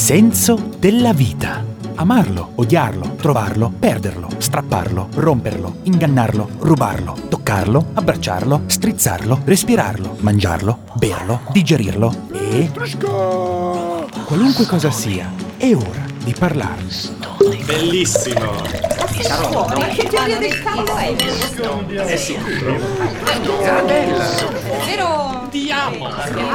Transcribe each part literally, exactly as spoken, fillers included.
senso della vita. Amarlo, odiarlo, trovarlo, perderlo, strapparlo, romperlo, ingannarlo, rubarlo, toccarlo, abbracciarlo, strizzarlo, respirarlo, mangiarlo, berlo, digerirlo e... qualunque cosa sia, è ora di parlarne. Bellissimo! Ma che teoria del cavolo è? È sicuro? Era bella! Vero? Ti amo!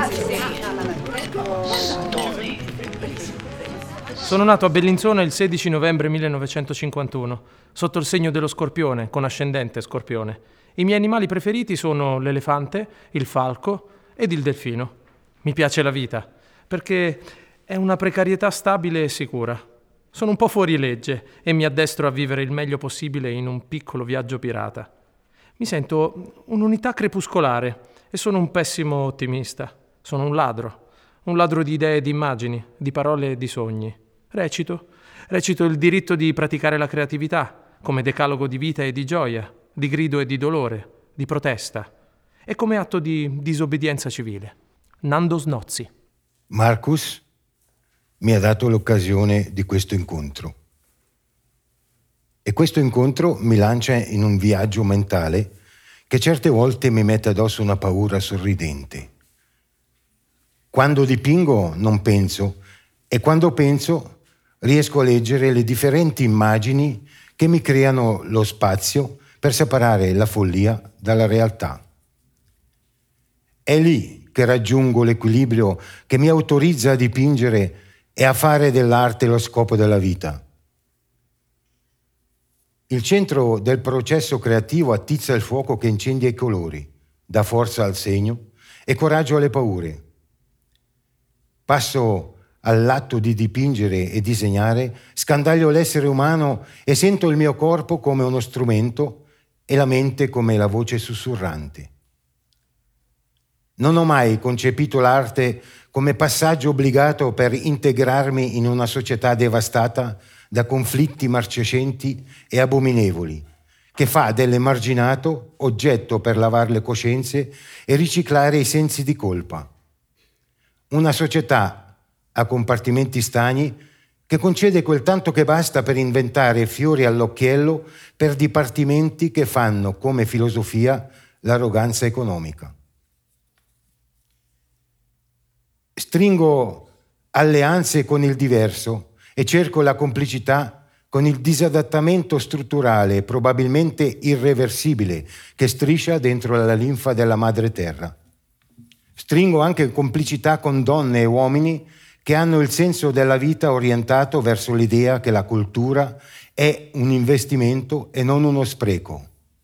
Sono nato a Bellinzona il sedici novembre millenovecentocinquantuno, sotto il segno dello Scorpione, con ascendente Scorpione. I miei animali preferiti sono l'elefante, il falco ed il delfino. Mi piace la vita, perché è una precarietà stabile e sicura. Sono un po' fuori legge e mi addestro a vivere il meglio possibile in un piccolo viaggio pirata. Mi sento un'unità crepuscolare e sono un pessimo ottimista. Sono un ladro, un ladro di idee e di immagini, di parole e di sogni. Recito, recito il diritto di praticare la creatività come decalogo di vita e di gioia, di grido e di dolore, di protesta e come atto di disobbedienza civile. Nando Snozzi. Marcus mi ha dato l'occasione di questo incontro e questo incontro mi lancia in un viaggio mentale che certe volte mi mette addosso una paura sorridente. Quando dipingo non penso e quando penso riesco a leggere le differenti immagini che mi creano lo spazio per separare la follia dalla realtà. È lì che raggiungo l'equilibrio che mi autorizza a dipingere e a fare dell'arte lo scopo della vita. Il centro del processo creativo attizza il fuoco che incendia i colori, dà forza al segno e coraggio alle paure. Passo all'atto di dipingere e disegnare, scandaglio l'essere umano e sento il mio corpo come uno strumento e la mente come la voce sussurrante. Non ho mai concepito l'arte come passaggio obbligato per integrarmi in una società devastata da conflitti marcescenti e abominevoli, che fa dell'emarginato oggetto per lavare le coscienze e riciclare i sensi di colpa. Una società a compartimenti stagni che concede quel tanto che basta per inventare fiori all'occhiello per dipartimenti che fanno come filosofia l'arroganza economica. Stringo alleanze con il diverso e cerco la complicità con il disadattamento strutturale, probabilmente irreversibile, che striscia dentro la linfa della madre terra. Stringo anche complicità con donne e uomini che hanno il senso della vita orientato verso l'idea che la cultura è un investimento e non uno spreco.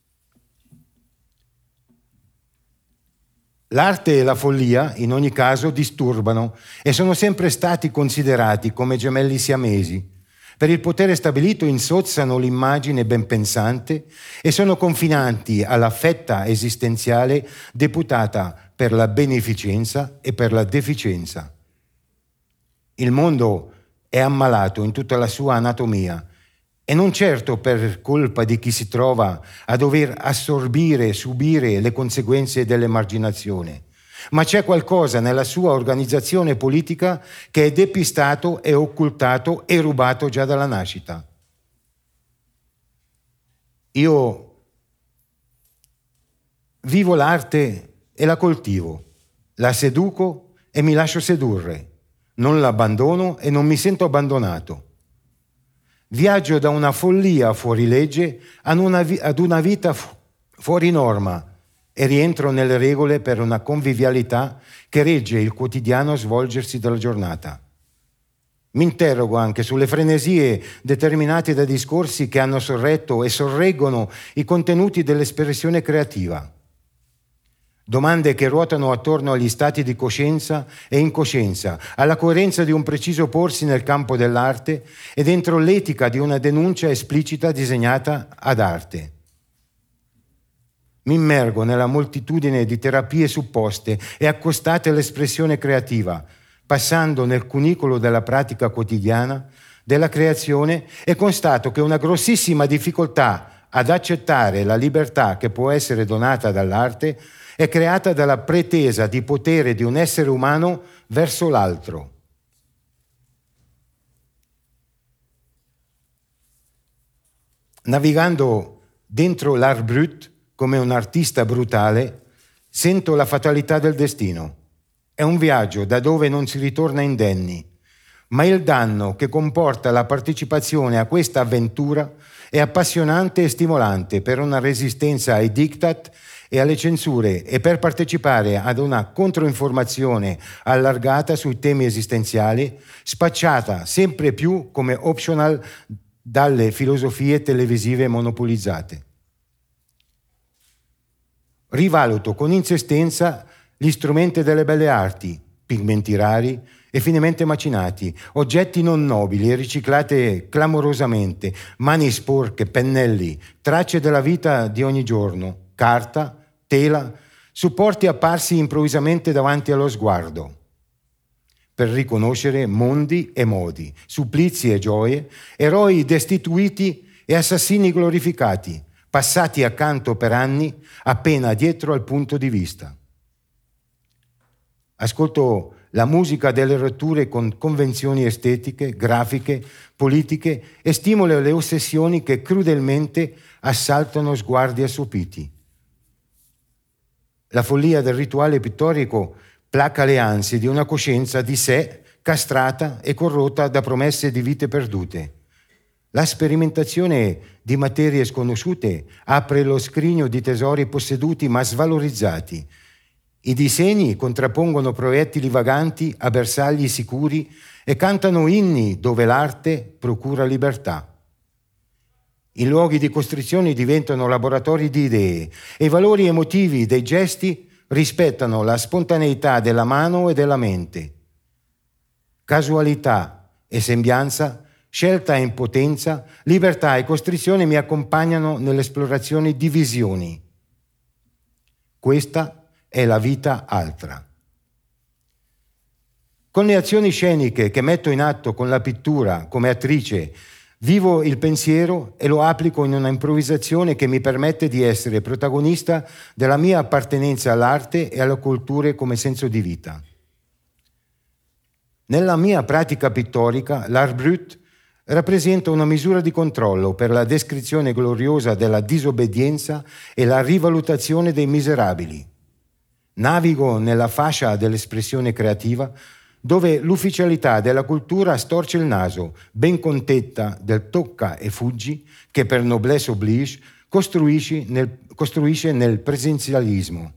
L'arte e la follia, in ogni caso, disturbano e sono sempre stati considerati come gemelli siamesi. Per il potere stabilito insozzano l'immagine ben pensante e sono confinanti alla fetta esistenziale deputata per la beneficenza e per la deficienza. Il mondo è ammalato in tutta la sua anatomia e non certo per colpa di chi si trova a dover assorbire e subire le conseguenze dell'emarginazione, ma c'è qualcosa nella sua organizzazione politica che è depistato e occultato e rubato già dalla nascita. Io vivo l'arte e la coltivo, la seduco e mi lascio sedurre. Non l'abbandono e non mi sento abbandonato. Viaggio da una follia fuori legge ad una, vi- ad una vita fu- fuori norma e rientro nelle regole per una convivialità che regge il quotidiano svolgersi della giornata. Mi interrogo anche sulle frenesie determinate da discorsi che hanno sorretto e sorreggono i contenuti dell'espressione creativa. Domande che ruotano attorno agli stati di coscienza e incoscienza, alla coerenza di un preciso porsi nel campo dell'arte e dentro l'etica di una denuncia esplicita disegnata ad arte. Mi immergo nella moltitudine di terapie supposte e accostate all'espressione creativa, passando nel cunicolo della pratica quotidiana, della creazione, e constato che una grossissima difficoltà ad accettare la libertà che può essere donata dall'arte è creata dalla pretesa di potere di un essere umano verso l'altro. Navigando dentro l'art brut come un artista brutale, sento la fatalità del destino. È un viaggio da dove non si ritorna indenni, ma il danno che comporta la partecipazione a questa avventura è appassionante e stimolante per una resistenza ai diktat e alle censure e per partecipare ad una controinformazione allargata sui temi esistenziali, spacciata sempre più come optional dalle filosofie televisive monopolizzate. Rivaluto con insistenza gli strumenti delle belle arti, pigmenti rari e finemente macinati, oggetti non nobili e riciclate clamorosamente, mani sporche, pennelli, tracce della vita di ogni giorno, carta, tela, supporti apparsi improvvisamente davanti allo sguardo, per riconoscere mondi e modi, supplizi e gioie, eroi destituiti e assassini glorificati, passati accanto per anni, appena dietro al punto di vista. Ascolto la musica delle rotture con convenzioni estetiche, grafiche, politiche e stimola le ossessioni che crudelmente assaltano sguardi assopiti. La follia del rituale pittorico placa le ansie di una coscienza di sé castrata e corrotta da promesse di vite perdute. La sperimentazione di materie sconosciute apre lo scrigno di tesori posseduti ma svalorizzati. I disegni contrappongono proiettili vaganti a bersagli sicuri e cantano inni dove l'arte procura libertà. I luoghi di costrizione diventano laboratori di idee e i valori emotivi dei gesti rispettano la spontaneità della mano e della mente. Casualità e sembianza, scelta e impotenza, libertà e costrizione mi accompagnano nell'esplorazione di visioni. Questa è la vita altra. Con le azioni sceniche che metto in atto con la pittura come attrice, vivo il pensiero e lo applico in una improvvisazione che mi permette di essere protagonista della mia appartenenza all'arte e alla cultura come senso di vita. Nella mia pratica pittorica, l'art brut rappresenta una misura di controllo per la descrizione gloriosa della disobbedienza e la rivalutazione dei miserabili. Navigo nella fascia dell'espressione creativa dove l'ufficialità della cultura storce il naso, ben contenta del tocca e fuggi che per noblesse oblige costruisce nel, costruisce nel presenzialismo.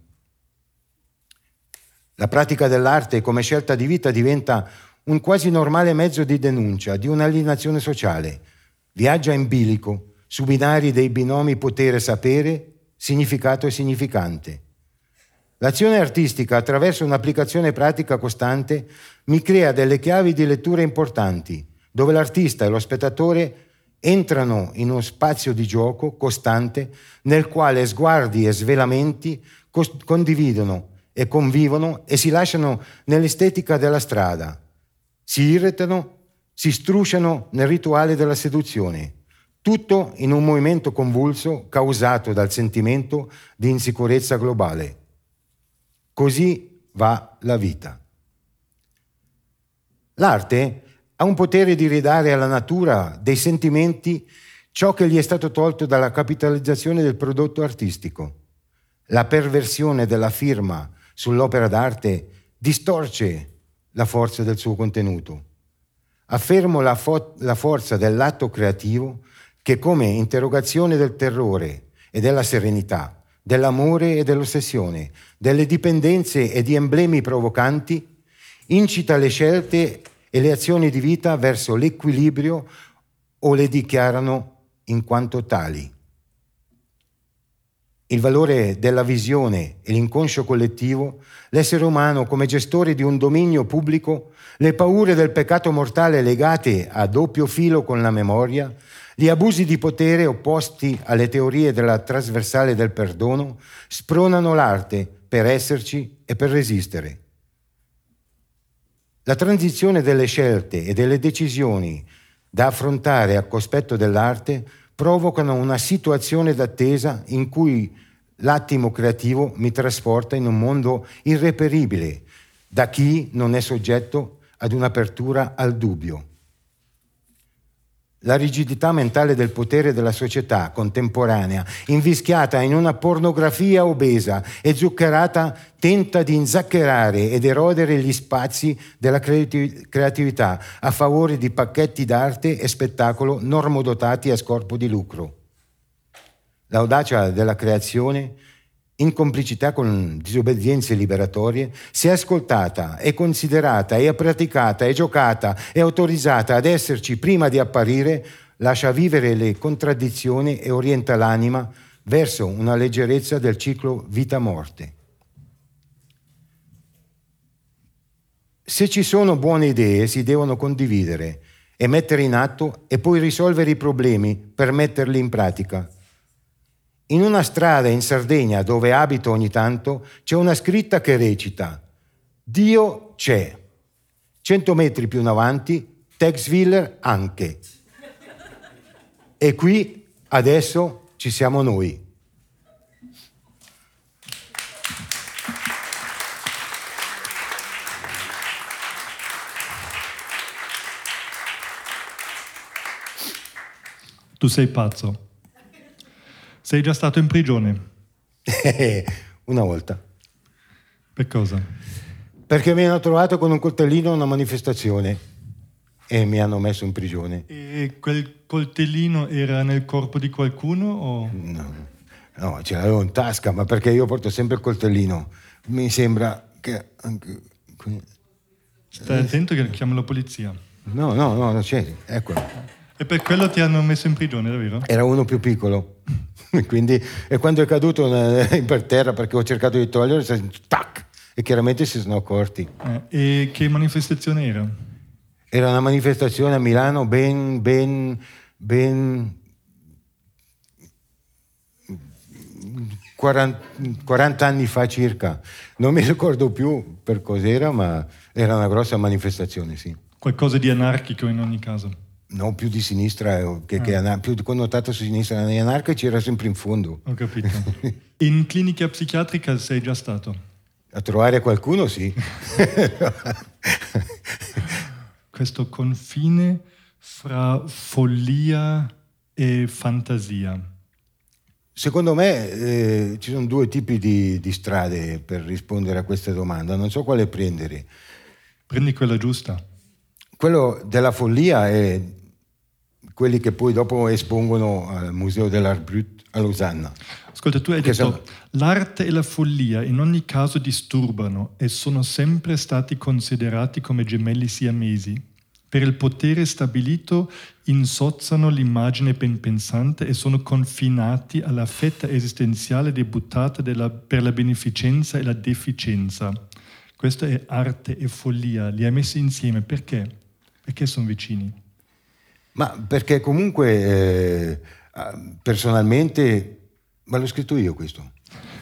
La pratica dell'arte come scelta di vita diventa un quasi normale mezzo di denuncia di un'alienazione sociale. Viaggia in bilico, su binari dei binomi potere-sapere, significato e significante. L'azione artistica, attraverso un'applicazione pratica costante, mi crea delle chiavi di lettura importanti, dove l'artista e lo spettatore entrano in uno spazio di gioco costante nel quale sguardi e svelamenti cos- condividono e convivono e si lasciano nell'estetica della strada, si irritano, si strusciano nel rituale della seduzione, tutto in un movimento convulso causato dal sentimento di insicurezza globale. Così va la vita. L'arte ha un potere di ridare alla natura dei sentimenti ciò che gli è stato tolto dalla capitalizzazione del prodotto artistico. La perversione della firma sull'opera d'arte distorce la forza del suo contenuto. Affermo la, fo- la forza dell'atto creativo che, come interrogazione del terrore e della serenità, dell'amore e dell'ossessione, delle dipendenze e di emblemi provocanti, incita le scelte e le azioni di vita verso l'equilibrio o le dichiarano in quanto tali. Il valore della visione e l'inconscio collettivo, l'essere umano come gestore di un dominio pubblico, le paure del peccato mortale legate a doppio filo con la memoria, gli abusi di potere opposti alle teorie della trasversale del perdono spronano l'arte per esserci e per resistere. La transizione delle scelte e delle decisioni da affrontare a cospetto dell'arte provocano una situazione d'attesa in cui l'attimo creativo mi trasporta in un mondo irreperibile da chi non è soggetto ad un'apertura al dubbio. La rigidità mentale del potere della società contemporanea, invischiata in una pornografia obesa e zuccherata, tenta di inzaccherare ed erodere gli spazi della creati- creatività a favore di pacchetti d'arte e spettacolo normodotati a scopo di lucro. L'audacia della creazione, in complicità con disobbedienze liberatorie, si è ascoltata, è considerata, è praticata, è giocata, è autorizzata ad esserci prima di apparire, lascia vivere le contraddizioni e orienta l'anima verso una leggerezza del ciclo vita-morte. Se ci sono buone idee, si devono condividere e mettere in atto e poi risolvere i problemi per metterli in pratica. In una strada in Sardegna dove abito ogni tanto c'è una scritta che recita: Dio c'è. Cento metri più in avanti, Texwiller anche. E qui adesso ci siamo noi. Tu sei pazzo. Sei già stato in prigione? Una volta. Per cosa? Perché mi hanno trovato con un coltellino a una manifestazione e mi hanno messo in prigione. E quel coltellino era nel corpo di qualcuno o? No, no, ce l'avevo in tasca, ma perché io porto sempre il coltellino. Mi sembra che anche qui... Stai attento che chiamo la polizia. No, no, no, non c'è, eccolo. E per quello ti hanno messo in prigione, davvero? Era uno più piccolo. Quindi, e quando è caduto per terra perché ho cercato di togliere, tac, e chiaramente si sono accorti. Eh, e che manifestazione era? Era una manifestazione a Milano ben, ben, ben quaranta, quaranta anni fa circa. Non mi ricordo più per cos'era, ma era una grossa manifestazione, sì. Qualcosa di anarchico in ogni caso. No, più di sinistra, che, ah. che ana- più connotato su sinistra. Negli anarchici era sempre in fondo. Ho capito. In clinica psichiatrica sei già stato? A trovare qualcuno, sì. Questo confine fra follia e fantasia. Secondo me eh, ci sono due tipi di, di strade per rispondere a questa domanda. Non so quale prendere. Prendi quella giusta. Quello della follia è quelli che poi dopo espongono al Museo dell'Art Brut a Losanna. Ascolta, tu hai detto sono... l'arte e la follia in ogni caso disturbano e sono sempre stati considerati come gemelli siamesi. Per il potere stabilito insozzano l'immagine ben pensante e sono confinati alla fetta esistenziale debuttata della, per la beneficenza e la deficienza. Questo è arte e follia. Li hai messi insieme. Perché? Perché sono vicini? Ma perché comunque eh, personalmente, ma l'ho scritto io questo.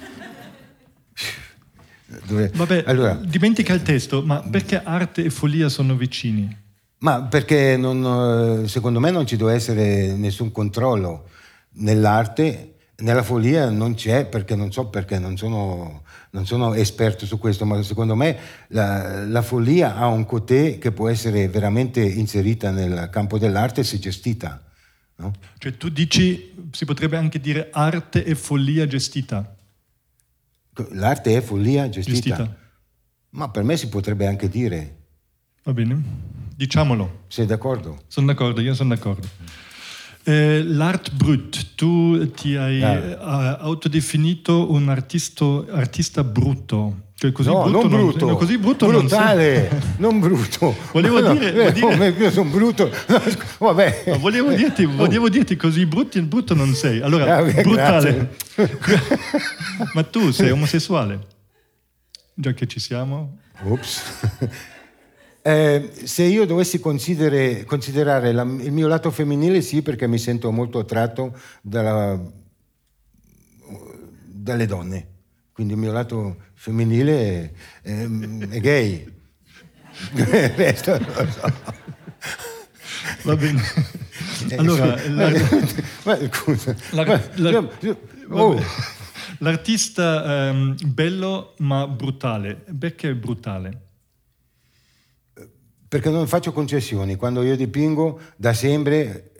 Dove... Vabbè, allora, dimentica il testo, ma perché arte e follia sono vicini? Ma perché non, secondo me non ci deve essere nessun controllo nell'arte, nella follia non c'è, perché non so perché, non sono, non sono esperto su questo, ma secondo me la, la follia ha un côté che può essere veramente inserita nel campo dell'arte se gestita. No? Cioè tu dici, si potrebbe anche dire arte e follia gestita. L'arte è follia gestita. gestita. Ma per me si potrebbe anche dire. Va bene, diciamolo. Sei d'accordo? Sono d'accordo, io sono d'accordo. Eh, l'art brut, tu ti hai ah. uh, autodefinito un artisto, artista brutto. Cioè così no, brutto non brutto, non, no, così brutto brutale, non, non brutto. Volevo no, dire, no, dire... No, io sono brutto. No, vabbè. No, volevo dirti, volevo dirti così brutti, brutto non sei. Allora, ah, brutale. Ma tu sei omosessuale? Già che ci siamo. Ops. Eh, se io dovessi considerare, considerare la, il mio lato femminile, sì, perché mi sento molto attratto dalla, dalle donne. Quindi il mio lato femminile è, è, è gay. Questo lo so. Va bene. Allora, eh, la, ma, scusa. La, ma, la, oh. L'artista um, bello ma brutale. Perché brutale? Perché non faccio concessioni. Quando io dipingo, da sempre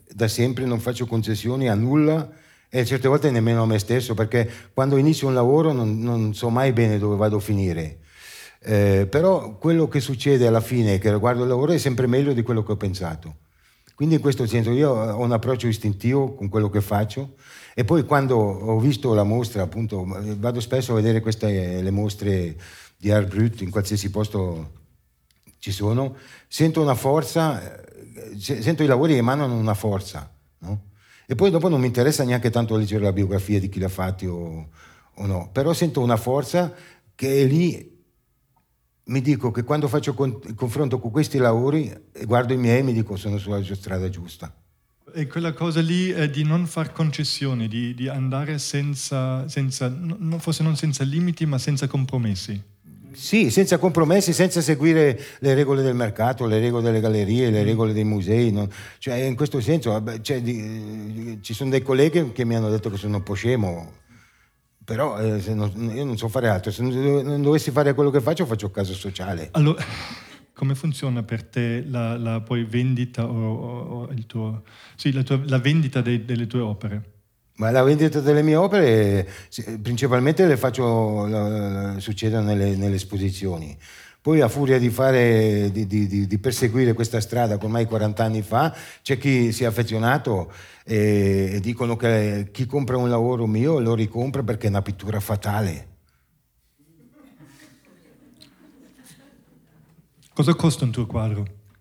da sempre non faccio concessioni a nulla e certe volte nemmeno a me stesso, perché quando inizio un lavoro non, non so mai bene dove vado a finire. Eh, però quello che succede alla fine che riguarda il lavoro è sempre meglio di quello che ho pensato. Quindi in questo senso io ho un approccio istintivo con quello che faccio, e poi quando ho visto la mostra, appunto, vado spesso a vedere queste le mostre di Art Brut in qualsiasi posto ci sono, sento una forza, sento i lavori che emanano una forza, no? E poi dopo non mi interessa neanche tanto leggere la biografia di chi l'ha fatti o, o no, però sento una forza che è lì. Mi dico che quando faccio con, il confronto con questi lavori, guardo i miei e mi dico sono sulla strada giusta. E quella cosa lì è di non far concessioni, di, di andare senza, senza, no, forse non senza limiti, ma senza compromessi. Sì, senza compromessi, senza seguire le regole del mercato, le regole delle gallerie, le regole dei musei. Non, cioè, in questo senso, cioè, di, ci sono dei colleghi che mi hanno detto che sono un po' scemo, però eh, se non, io non so fare altro. Se non dovessi fare quello che faccio, faccio caso sociale. Allora, come funziona per te la, la poi vendita o, o, o il tuo, sì, la, tua, la vendita dei, delle tue opere? Ma la vendita delle mie opere principalmente le faccio, la, la, succedono nelle, nelle esposizioni. Poi a furia di, fare, di, di, di perseguire questa strada ormai quaranta anni fa, c'è chi si è affezionato e, e dicono che chi compra un lavoro mio lo ricompra perché è una pittura fatale. Cosa costa un tuo quadro?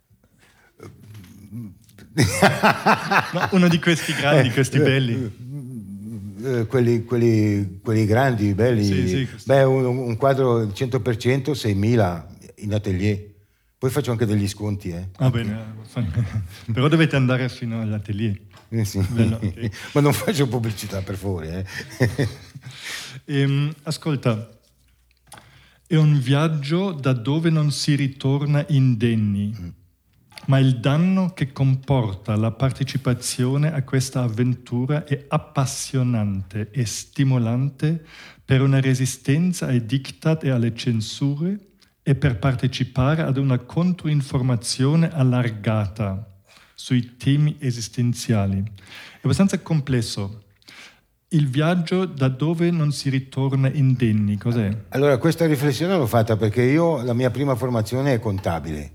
No, uno di questi grandi, questi belli. Quelli, quelli, quelli grandi, belli, sì, sì, beh, un, un quadro cento per cento seimila in atelier, poi faccio anche degli sconti. Eh. Ah, bene, però dovete andare fino all'atelier. Eh sì. Bello, okay. Ma non faccio pubblicità, per favore. Eh. ehm, ascolta, è un viaggio da dove non si ritorna indenni. Mm. Ma il danno che comporta la partecipazione a questa avventura è appassionante e stimolante per una resistenza ai diktat e alle censure e per partecipare ad una controinformazione allargata sui temi esistenziali. È abbastanza complesso. Il viaggio da dove non si ritorna indenni, cos'è? Allora, questa riflessione l'ho fatta perché io, la mia prima formazione è contabile.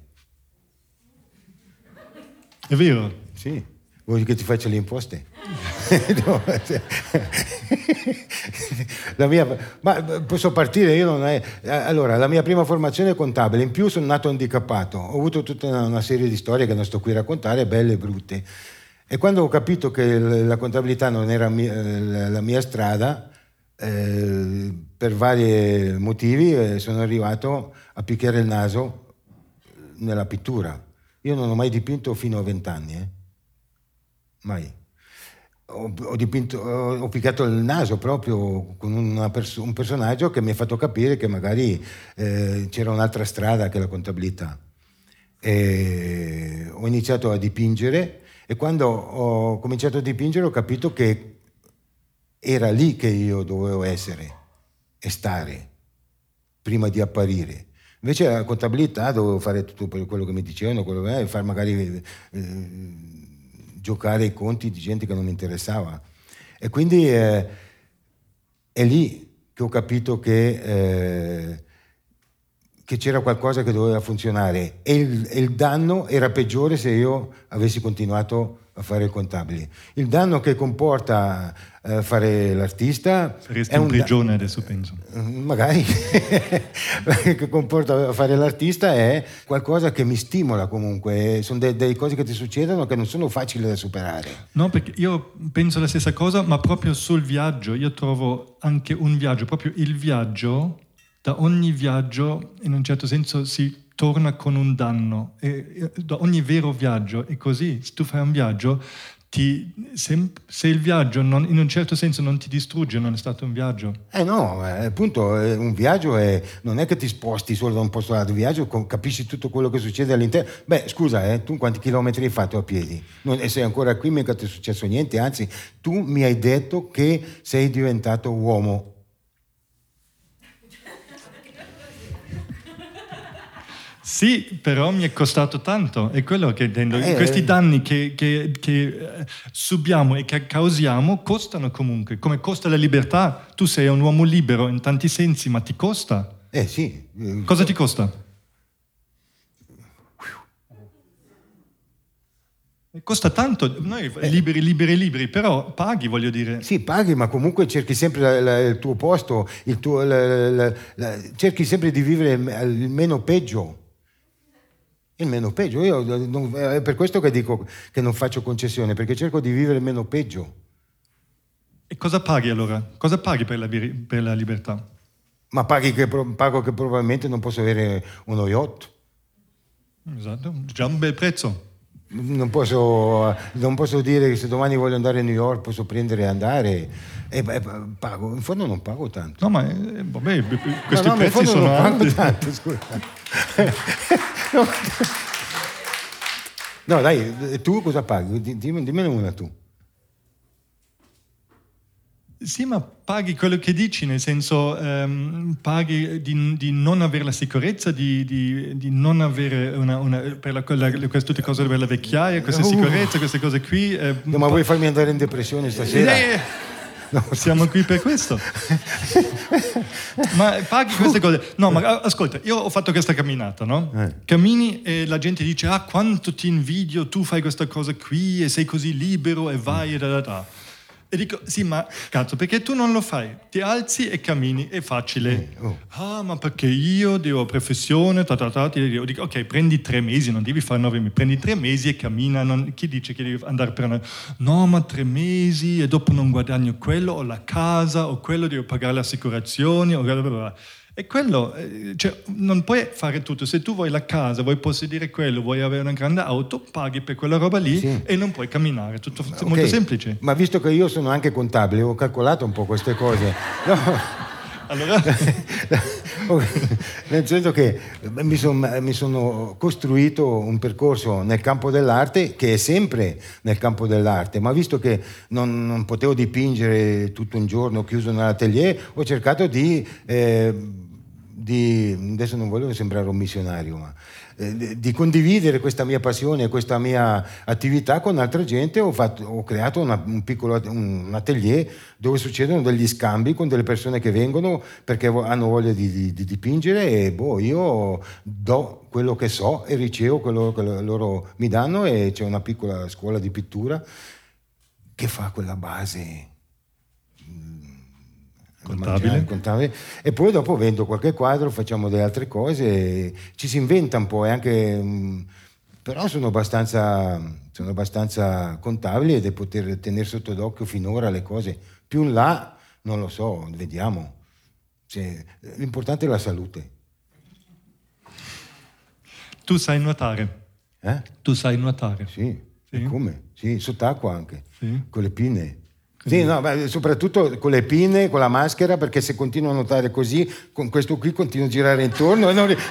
È vero? Sì. Vuoi che ti faccia le imposte? No, la mia, ma posso partire? Io non è, allora, la mia prima formazione è contabile, in più sono nato handicappato, ho avuto tutta una, una serie di storie che non sto qui a raccontare, belle e brutte. E quando ho capito che la contabilità non era mia, la mia strada, eh, per vari motivi eh, sono arrivato a picchiare il naso nella pittura. Io non ho mai dipinto fino a vent'anni, eh? Mai. Ho, ho, dipinto, ho, ho picchiato il naso proprio con una perso- un personaggio che mi ha fatto capire che magari eh, c'era un'altra strada che la contabilità. E ho iniziato a dipingere e quando ho cominciato a dipingere ho capito che era lì che io dovevo essere e stare prima di apparire. Invece la contabilità dovevo fare tutto quello che mi dicevano, quello che, far magari eh, giocare i conti di gente che non mi interessava. E quindi eh, è lì che ho capito che, eh, che c'era qualcosa che doveva funzionare e il, e il danno era peggiore se io avessi continuato a fare il contabile. Il danno che comporta eh, fare l'artista saresti è in un prigione da- adesso penso magari che comporta fare l'artista è qualcosa che mi stimola comunque, sono de- delle cose che ti succedono che non sono facili da superare. No, perché io penso la stessa cosa, ma proprio sul viaggio io trovo anche un viaggio, proprio il viaggio, da ogni viaggio in un certo senso si torna con un danno, e da ogni vero viaggio è così. Se tu fai un viaggio, ti, se, se il viaggio non, in un certo senso non ti distrugge, non è stato un viaggio. Eh no, eh, appunto eh, un viaggio è, non è che ti sposti solo da un posto all'altro, viaggio con, capisci tutto quello che succede all'interno. Beh scusa, eh, tu quanti chilometri hai fatto a piedi? Non, e sei ancora qui, mica ti è successo niente, anzi tu mi hai detto che sei diventato uomo. Sì, però mi è costato tanto, è quello che intendo. Eh, Questi danni che, che, che subiamo e che causiamo costano comunque, come costa la libertà. Tu sei un uomo libero in tanti sensi, ma ti costa. Eh sì. Cosa ti costa? Costa tanto, noi liberi, liberi, liberi, però paghi, voglio dire. Sì, paghi, ma comunque cerchi sempre la, la, il tuo posto, il tuo, la, la, la, cerchi sempre di vivere il, il meno peggio. Il meno peggio. Io non, è per questo che dico che non faccio concessione, perché cerco di vivere il meno peggio. E cosa paghi allora? Cosa paghi per la, per la libertà? Ma paghi che, pago che probabilmente non posso avere uno yacht. Esatto, già un bel prezzo. Non posso, non posso dire che se domani voglio andare a New York posso prendere e andare e, e pago. In fondo non pago tanto. No, ma eh, vabbè, questi no, no, prezzi sono non pago alti. tanto, scusa. no. no, dai, tu cosa paghi? Dimmi, dimmene una tu. Sì, ma paghi quello che dici, nel senso ehm, paghi di, di non avere la sicurezza, di, di, di non avere una, una per la, la, queste tutte cose per la vecchiaia, queste Uh. sicurezze, queste cose qui. Eh, No, ma vuoi farmi andare in depressione stasera? Eh, No, siamo qui per questo. Ma paghi queste cose. No, ma ascolta, io ho fatto questa camminata, no? Eh. Cammini e la gente dice: ah, quanto ti invidio, tu fai questa cosa qui e sei così libero e vai e da da da. E dico, sì, ma cazzo, perché tu non lo fai? Ti alzi e cammini, è facile. Eh, oh. Ah, ma perché io devo professione, ta ta ta, ti dico, ok, prendi tre mesi, non devi fare nove mesi, prendi tre mesi e cammina. Non, chi dice che devi andare per una... No, ma tre mesi e dopo non guadagno quello, ho la casa, o quello, devo pagare le assicurazioni, o bla bla bla. E quello, cioè, non puoi fare tutto. Se tu vuoi la casa, vuoi possedere quello, vuoi avere una grande auto, paghi per quella roba lì, sì, e non puoi camminare. Tutto okay, molto semplice. Ma visto che io sono anche contabile, ho calcolato un po' queste cose. No. Allora? Nel senso che mi, son, mi sono costruito un percorso nel campo dell'arte che è sempre nel campo dell'arte, ma visto che non, non potevo dipingere tutto un giorno chiuso nell'atelier, ho cercato di, eh, di adesso non volevo sembrare un missionario, ma eh, di condividere questa mia passione, questa mia attività con altra gente. Ho, fatto, ho creato una, un piccolo un atelier dove succedono degli scambi con delle persone che vengono perché hanno voglia di, di, di dipingere e boh, io do quello che so e ricevo quello che loro mi danno, e c'è una piccola scuola di pittura che fa quella base contabile. Mangiare, contabile, e poi dopo vendo qualche quadro, facciamo delle altre cose, ci si inventa un po', e anche, però sono abbastanza, sono abbastanza contabile di poter tenere sotto d'occhio finora le cose. Più in là non lo so, vediamo. Cioè, l'importante è la salute. Tu sai nuotare? Eh? Tu sai nuotare? Sì. Sì. E come? Sì, sott'acqua anche, sì, con le pinne. Sì, no, beh, soprattutto con le pinne, con la maschera, perché se continuo a nuotare così, con questo qui continuo a girare intorno e non,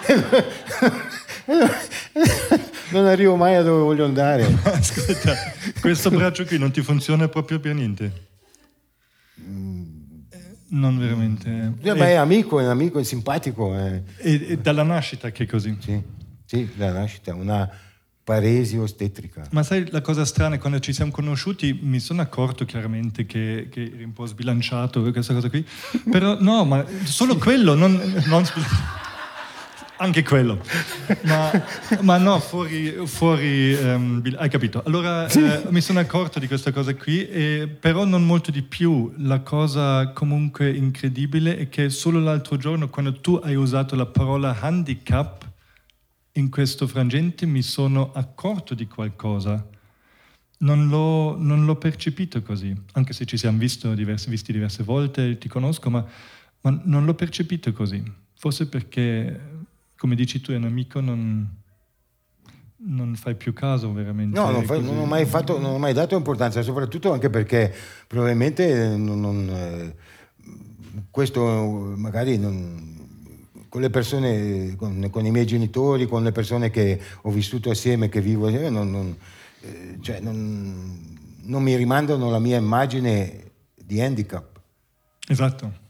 non arrivo mai a dove voglio andare. Ascolta, questo braccio qui non ti funziona proprio per niente? Mm. Non veramente. Eh, beh, è amico, è amico, è simpatico. Eh. E, e dalla nascita che è così? Sì, sì, dalla nascita, una paresi ostetrica. Ma sai, la cosa strana è quando ci siamo conosciuti mi sono accorto chiaramente che, che eri un po' sbilanciato questa cosa qui, però no, ma solo quello, non, non anche quello, ma, ma no, fuori, fuori um, hai capito? Allora eh, mi sono accorto di questa cosa qui, e, però non molto di più. La cosa comunque incredibile è che solo l'altro giorno, quando tu hai usato la parola handicap, in questo frangente mi sono accorto di qualcosa. Non l'ho, non l'ho percepito così, anche se ci siamo visto diverse, visti diverse volte, ti conosco, ma, ma non l'ho percepito così. Forse perché, come dici tu, è un amico, non, non fai più caso veramente. No, non, fai, non, ho mai fatto, non ho mai dato importanza, soprattutto anche perché probabilmente non, non, eh, questo magari non... con le persone, con, con i miei genitori, con le persone che ho vissuto assieme, che vivo assieme, non, non, eh, cioè non, non mi rimandano la mia immagine di handicap. Esatto.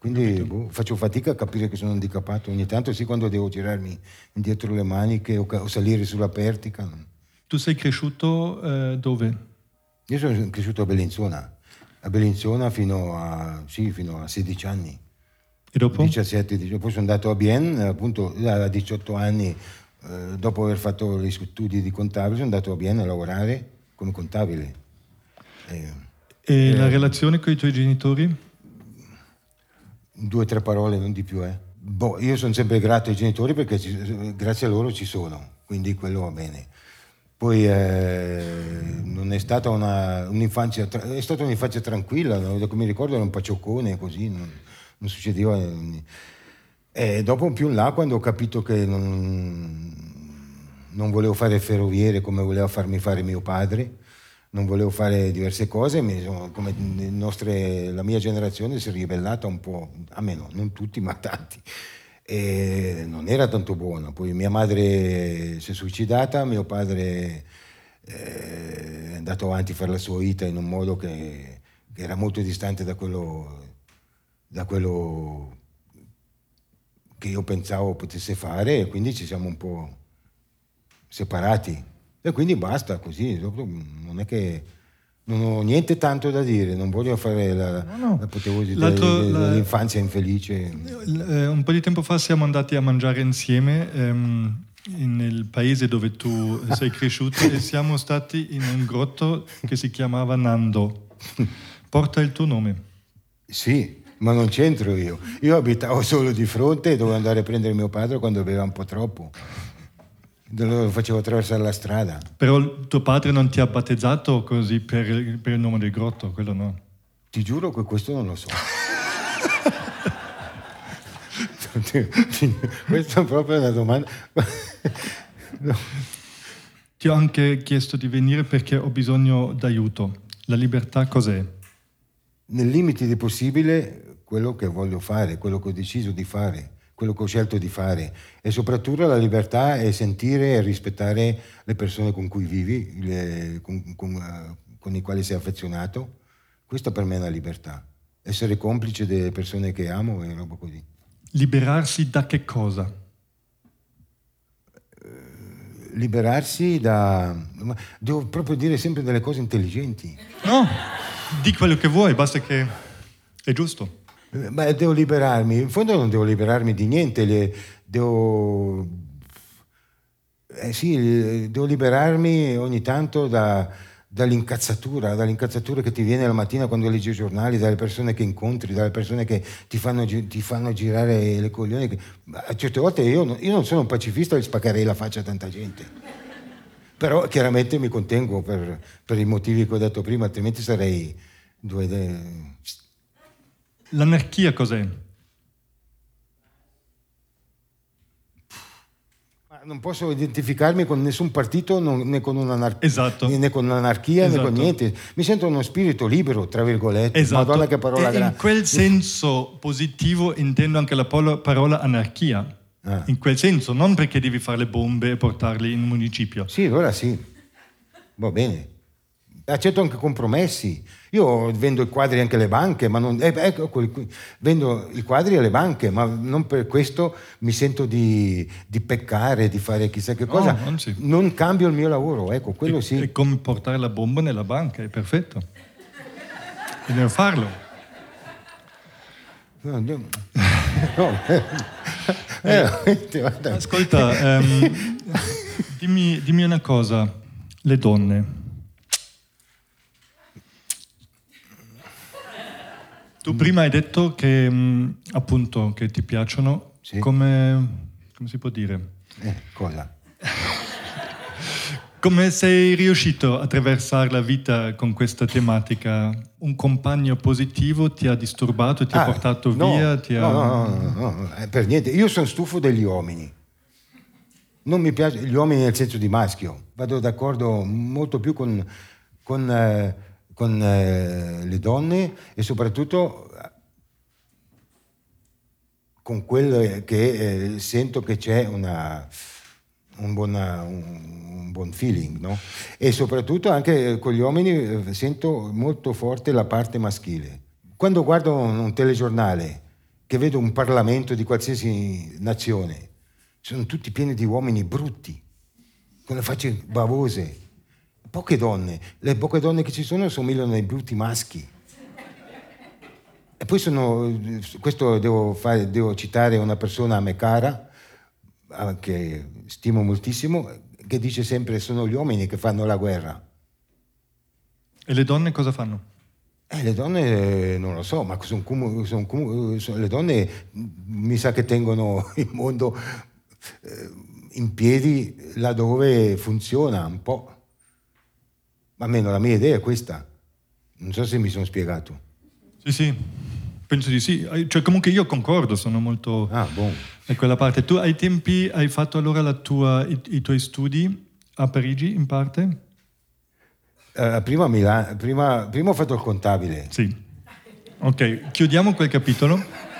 Quindi boh, faccio fatica a capire che sono handicappato. Ogni tanto sì, quando devo girarmi indietro le maniche o, ca- o salire sulla pertica. Tu sei cresciuto eh, dove? Io sono cresciuto a Bellinzona, a Bellinzona fino a, sì, fino a sedici anni. E dopo? diciassette, diciotto. Poi sono andato a Bienne, appunto a diciotto anni, eh, dopo aver fatto gli studi di contabile, sono andato a Bienne a lavorare come contabile. Eh, E eh, la relazione con i tuoi genitori? Due o tre parole, non di più. Eh. Boh, io sono sempre grato ai genitori perché ci, grazie a loro ci sono, quindi quello va bene. Poi eh, non è stata una, un'infanzia, è stata un'infanzia tranquilla, no? Da come mi ricordo era un pacioccone, così, non, non succedeva. E dopo più in là, quando ho capito che non, non volevo fare il ferroviere come voleva farmi fare mio padre, non volevo fare diverse cose, mi sono, come le nostre, la mia generazione si è ribellata un po', a me no, non tutti ma tanti, e non era tanto buona. Poi mia madre si è suicidata, mio padre eh, è andato avanti a fare la sua vita in un modo che, che era molto distante da quello, da quello che io pensavo potesse fare, e quindi ci siamo un po' separati. E quindi basta, così, non è che non ho niente tanto da dire, non voglio fare la, no, no. la potevo dire L'altro, dell'infanzia infelice. Eh, un po' di tempo fa siamo andati a mangiare insieme ehm, nel paese dove tu sei cresciuto e siamo stati in un grotto che si chiamava Nando. Porta il tuo nome. Sì, ma non c'entro io. Io abitavo solo di fronte e dovevo andare a prendere mio padre quando beveva un po' troppo. Lo facevo attraversare la strada. Però tuo padre non ti ha battezzato così per, per il nome del grotto, quello no? Ti giuro che questo non lo so. Questa è proprio una domanda. No. Ti ho anche chiesto di venire perché ho bisogno d'aiuto. La libertà cos'è? Nel limite di possibile quello che voglio fare, quello che ho deciso di fare, quello che ho scelto di fare, e soprattutto la libertà è sentire e rispettare le persone con cui vivi, le, con, con, uh, con i quali sei affezionato. Questa per me è una libertà. Essere complice delle persone che amo e roba così. Liberarsi da che cosa? Liberarsi da... Devo proprio dire sempre delle cose intelligenti. No, di quello che vuoi, basta che è giusto. Beh, devo liberarmi, in fondo non devo liberarmi di niente, le, devo, eh sì, devo liberarmi ogni tanto da, dall'incazzatura, dall'incazzatura che ti viene la mattina quando leggi i giornali, dalle persone che incontri, dalle persone che ti fanno, ti fanno girare le coglioni. Che, a certe volte io, io non sono un pacifista e spaccherei la faccia a tanta gente, però chiaramente mi contengo per, per i motivi che ho detto prima, altrimenti sarei due... De, L'anarchia cos'è? Non posso identificarmi con nessun partito, non, né, con un'anar- esatto. né con l'anarchia, esatto. né con niente. Mi sento uno spirito libero, tra virgolette. Esatto. Madonna che parola e grande. In quel senso positivo intendo anche la parola, parola anarchia. Ah. In quel senso, non perché devi fare le bombe e portarle in un municipio. Sì, allora sì. Va bene. Accetto anche compromessi. Io vendo i quadri anche alle banche, ma non, eh, ecco, vendo i quadri alle banche, ma non per questo mi sento di, di peccare, di fare chissà che cosa. No, non, sì. Non cambio il mio lavoro, ecco, quello e, sì. È come portare la bomba nella banca, è perfetto. Bisogna farlo. No, no. No. eh, Ascolta, um, dimmi, dimmi una cosa, le donne. Tu prima hai detto che, mh, appunto, che ti piacciono, sì. come, come si può dire? Eh, cosa? Come sei riuscito a attraversare la vita con questa tematica? Un compagno positivo ti ha disturbato, ti ah, ha portato no, via? Ti no, ha... no, no, no, no, per niente. Io sono stufo degli uomini. Non mi piace gli uomini nel senso di maschio. Vado d'accordo molto più con... con eh, con eh, le donne e soprattutto con quello che eh, sento che c'è una, un, buona, un, un buon feeling, no? E soprattutto anche con gli uomini eh, sento molto forte la parte maschile. Quando guardo un, un telegiornale che vedo un Parlamento di qualsiasi nazione, sono tutti pieni di uomini brutti, con le facce bavose. Poche donne, le poche donne che ci sono somigliano ai brutti maschi. E poi sono, questo devo, fare, devo citare una persona a me cara, che stimo moltissimo, che dice sempre: sono gli uomini che fanno la guerra. E le donne cosa fanno? Eh, le donne non lo so, ma son comu- son comu- son, le donne mi sa che tengono il mondo eh, in piedi laddove funziona un po'. Ma almeno la mia idea è questa. Non so se mi sono spiegato. Sì, sì, penso di sì. Cioè, comunque io concordo, sono molto... Ah, buon. È quella parte. Tu ai tempi hai fatto allora la tua, i, i tuoi studi a Parigi in parte? Uh, prima, a Milano, prima, prima ho fatto il contabile. Sì. Ok, chiudiamo quel capitolo.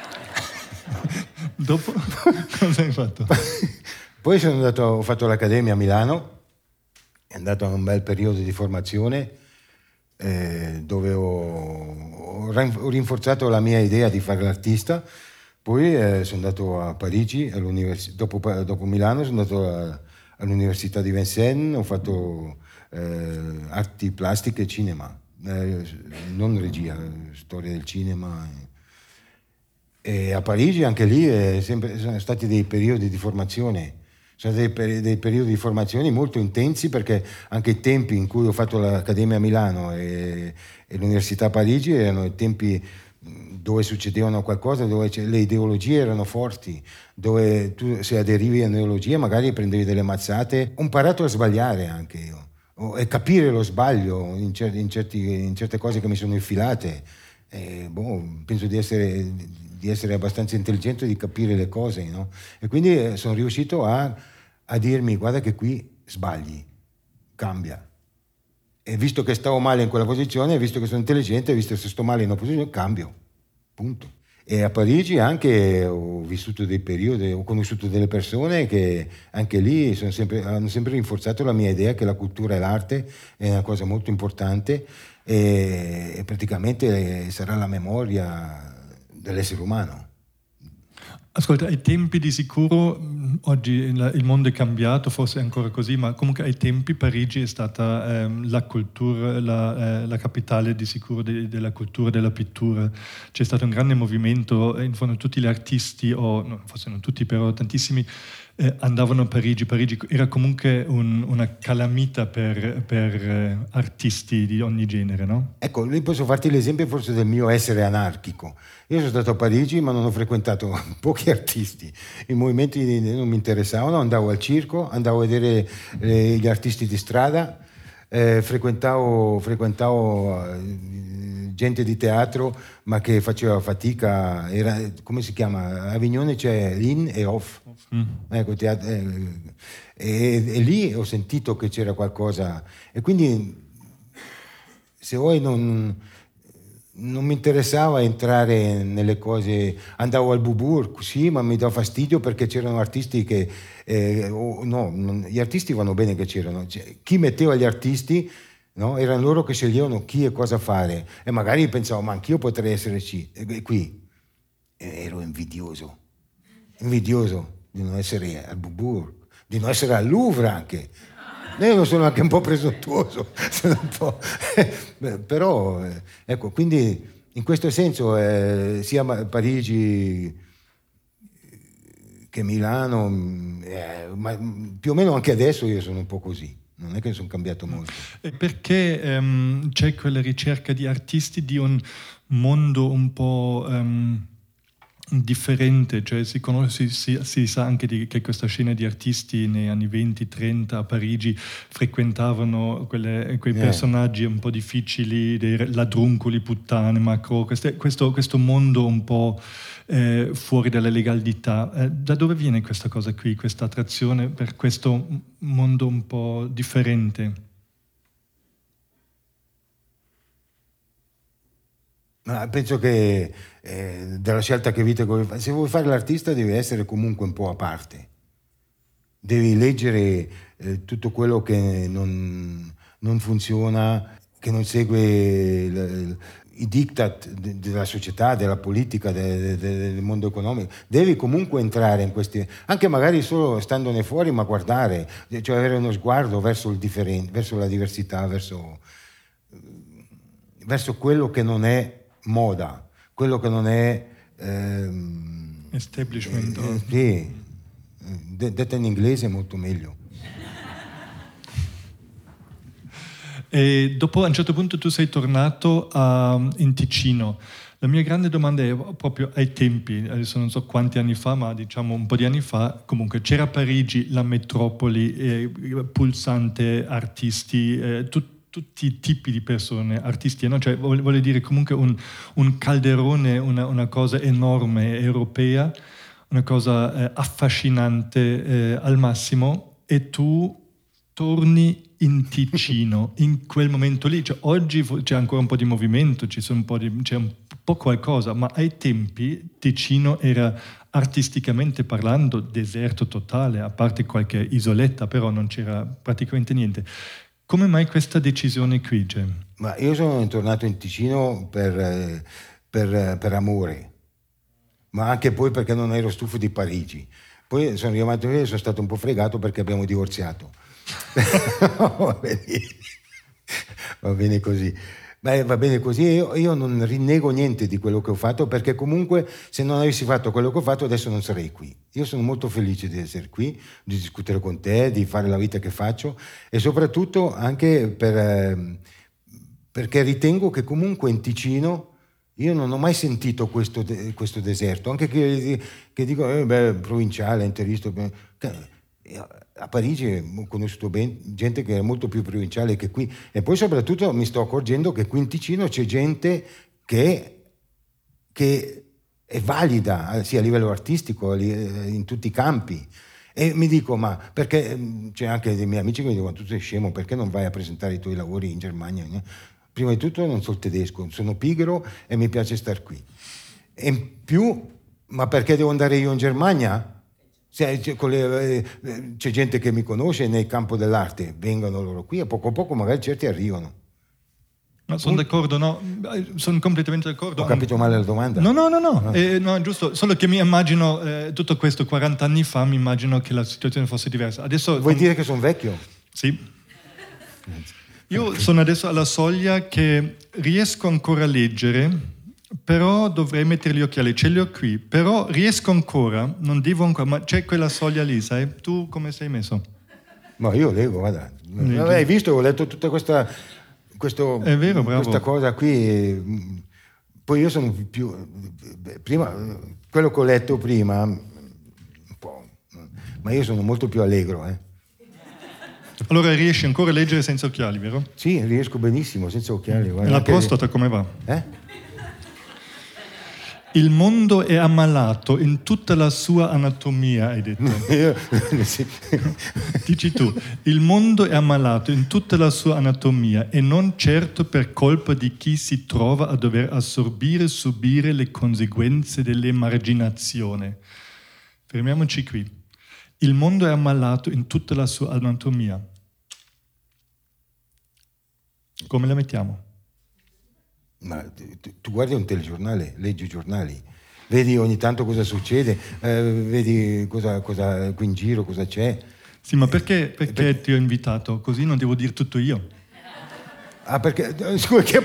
Dopo cosa hai fatto? Poi sono andato, ho fatto l'accademia a Milano, è andato a un bel periodo di formazione eh, dove ho, ho rinforzato la mia idea di fare l'artista. Poi eh, sono andato a Parigi, dopo, dopo Milano sono andato a, all'Università di Vincennes, ho fatto eh, arti plastiche e cinema, eh, non regia, storia del cinema. E a Parigi anche lì è sempre, sono stati dei periodi di formazione, sono dei, peri- dei periodi di formazione molto intensi, perché anche i tempi in cui ho fatto l'Accademia a Milano e, e l'Università a Parigi erano i tempi dove succedevano qualcosa, dove le ideologie erano forti, dove tu se aderivi a un'ideologia magari prendevi delle mazzate. Ho imparato a sbagliare anche io, e capire lo sbaglio in, cer- in, certi, in certe cose che mi sono infilate. E, boh, penso di essere, di essere abbastanza intelligente, di capire le cose, no? E quindi sono riuscito a, a dirmi: guarda che qui sbagli, cambia. E visto che stavo male in quella posizione, visto che sono intelligente, visto che sto male in una posizione, cambio, punto. E a Parigi anche ho vissuto dei periodi, ho conosciuto delle persone che anche lì sono sempre, hanno sempre rinforzato la mia idea che la cultura e l'arte è una cosa molto importante, e, e praticamente sarà la memoria dell'essere umano. Ascolta, ai tempi di sicuro, oggi il mondo è cambiato, forse è ancora così, ma comunque ai tempi Parigi è stata ehm, la cultura, la, eh, la capitale di sicuro de, della cultura, della pittura. C'è stato un grande movimento, in fondo tutti gli artisti, o no, forse non tutti, però tantissimi, eh, andavano a Parigi. Parigi era comunque un, una calamita per, per eh, artisti di ogni genere, no? Ecco, lì posso farti l'esempio forse del mio essere anarchico. Io sono stato a Parigi, ma non ho frequentato pochi artisti. I movimenti non mi interessavano, andavo al circo, andavo a vedere eh, gli artisti di strada, eh, frequentavo, frequentavo eh, gente di teatro, ma che faceva fatica. Era, come si chiama? A Avignone c'è in e off. Mm. Ecco, teatro, eh, e, e lì ho sentito che c'era qualcosa. E quindi, se vuoi, non... non mi interessava entrare nelle cose. Andavo al Beaubourg, sì, ma mi dava fastidio perché c'erano artisti che eh, oh, no, non, gli artisti vanno bene che c'erano, cioè, chi metteva gli artisti, no, erano loro che sceglievano chi e cosa fare, e magari pensavo: ma anch'io potrei essere ci, e qui e ero invidioso invidioso di non essere al Beaubourg, di non essere al Louvre anche. Io sono anche un po' presuntuoso, sono un po'... però ecco, quindi in questo senso eh, sia Parigi che Milano, eh, ma più o meno anche adesso io sono un po' così, non è che sono cambiato molto. E perché um, c'è quella ricerca di artisti di un mondo un po' um, differente, cioè si, conosce, si, si sa anche di, che questa scena di artisti negli anni venti trenta a Parigi frequentavano quelle, quei personaggi eh. un po' difficili, dei ladruncoli, puttane, macro, queste, questo, questo mondo un po' eh, fuori dalla legalità. Eh, da dove viene questa cosa qui, questa attrazione per questo mondo un po' differente? Ma penso che eh, della scelta che vita come fai, se vuoi fare l'artista devi essere comunque un po' a parte, devi leggere eh, tutto quello che non, non funziona, che non segue il, i diktat de, della società, della politica, de, de, del mondo economico, devi comunque entrare in questi, anche magari solo standone fuori, ma guardare, cioè avere uno sguardo verso il differente, verso la diversità, verso, verso quello che non è moda, quello che non è ehm, establishment. Eh, sì, detta in inglese è molto meglio. E dopo a un certo punto tu sei tornato a, in Ticino. La mia grande domanda è proprio ai tempi, adesso non so quanti anni fa, ma diciamo un po' di anni fa, comunque c'era Parigi, la metropoli, eh, pulsante, artisti, eh, tut, tutti i tipi di persone, artisti, no? Cioè, voglio dire comunque un, un calderone, una, una cosa enorme, europea, una cosa eh, affascinante eh, al massimo, e tu torni in Ticino, in quel momento lì. Cioè, oggi c'è ancora un po' di movimento, ci sono un po' di, c'è un po' qualcosa, ma ai tempi Ticino era artisticamente parlando deserto totale, a parte qualche isoletta, però non c'era praticamente niente. Come mai questa decisione qui, Gem? Ma io sono tornato in Ticino per, per, per amore, ma anche poi perché non ero stufo di Parigi. Poi sono arrivato lì e sono stato un po' fregato perché abbiamo divorziato. va, bene. va bene così. Beh, va bene così, io, io non rinnego niente di quello che ho fatto, perché comunque se non avessi fatto quello che ho fatto adesso non sarei qui. Io sono molto felice di essere qui, di discutere con te, di fare la vita che faccio, e soprattutto anche per, eh, perché ritengo che comunque in Ticino io non ho mai sentito questo, de- questo deserto, anche che, che dico, eh, beh, provinciale, interista. A Parigi ho conosciuto ben, gente che è molto più provinciale che qui, e poi soprattutto mi sto accorgendo che qui in Ticino c'è gente che, che è valida sia a livello artistico, in tutti i campi, e mi dico, ma perché c'è anche dei miei amici che mi dicono, tu sei scemo, perché non vai a presentare i tuoi lavori in Germania? Prima di tutto non so il tedesco, sono pigro e mi piace star qui, e in più, ma perché devo andare io in Germania? C'è, c'è gente che mi conosce nel campo dell'arte, vengono loro qui e poco a poco magari certi arrivano. No, sono d'accordo, no, sono completamente d'accordo. Ho capito male la domanda? No, no, no, no, eh, no giusto, solo che mi immagino, eh, tutto questo quaranta anni fa, mi immagino che la situazione fosse diversa. Adesso, Vuoi com- dire che sono vecchio? Sì. Io sono adesso alla soglia che riesco ancora a leggere, però dovrei mettere gli occhiali, ce li ho qui, però riesco ancora, non devo ancora, ma c'è quella soglia lì, sai? Tu come sei messo? Ma io leggo, guarda. Hai visto, ho letto tutta questa, questo, È vero, bravo. questa cosa qui, poi io sono più, prima, quello che ho letto prima, un po', ma io sono molto più allegro, eh. Allora riesci ancora a leggere senza occhiali, vero? Sì, riesco benissimo, senza occhiali. E la prostata come va? Eh? Il mondo è ammalato in tutta la sua anatomia, hai detto. Dici tu, il mondo è ammalato in tutta la sua anatomia e non certo per colpa di chi si trova a dover assorbire e subire le conseguenze dell'emarginazione. Fermiamoci qui. Il mondo è ammalato in tutta la sua anatomia. Come la mettiamo? Ma tu, tu guardi un telegiornale, leggi i giornali, vedi ogni tanto cosa succede, eh, vedi cosa, cosa qui in giro, cosa c'è. Sì, ma perché, perché per... ti ho invitato? Così non devo dire tutto io. Ah, perché... Scusa, che...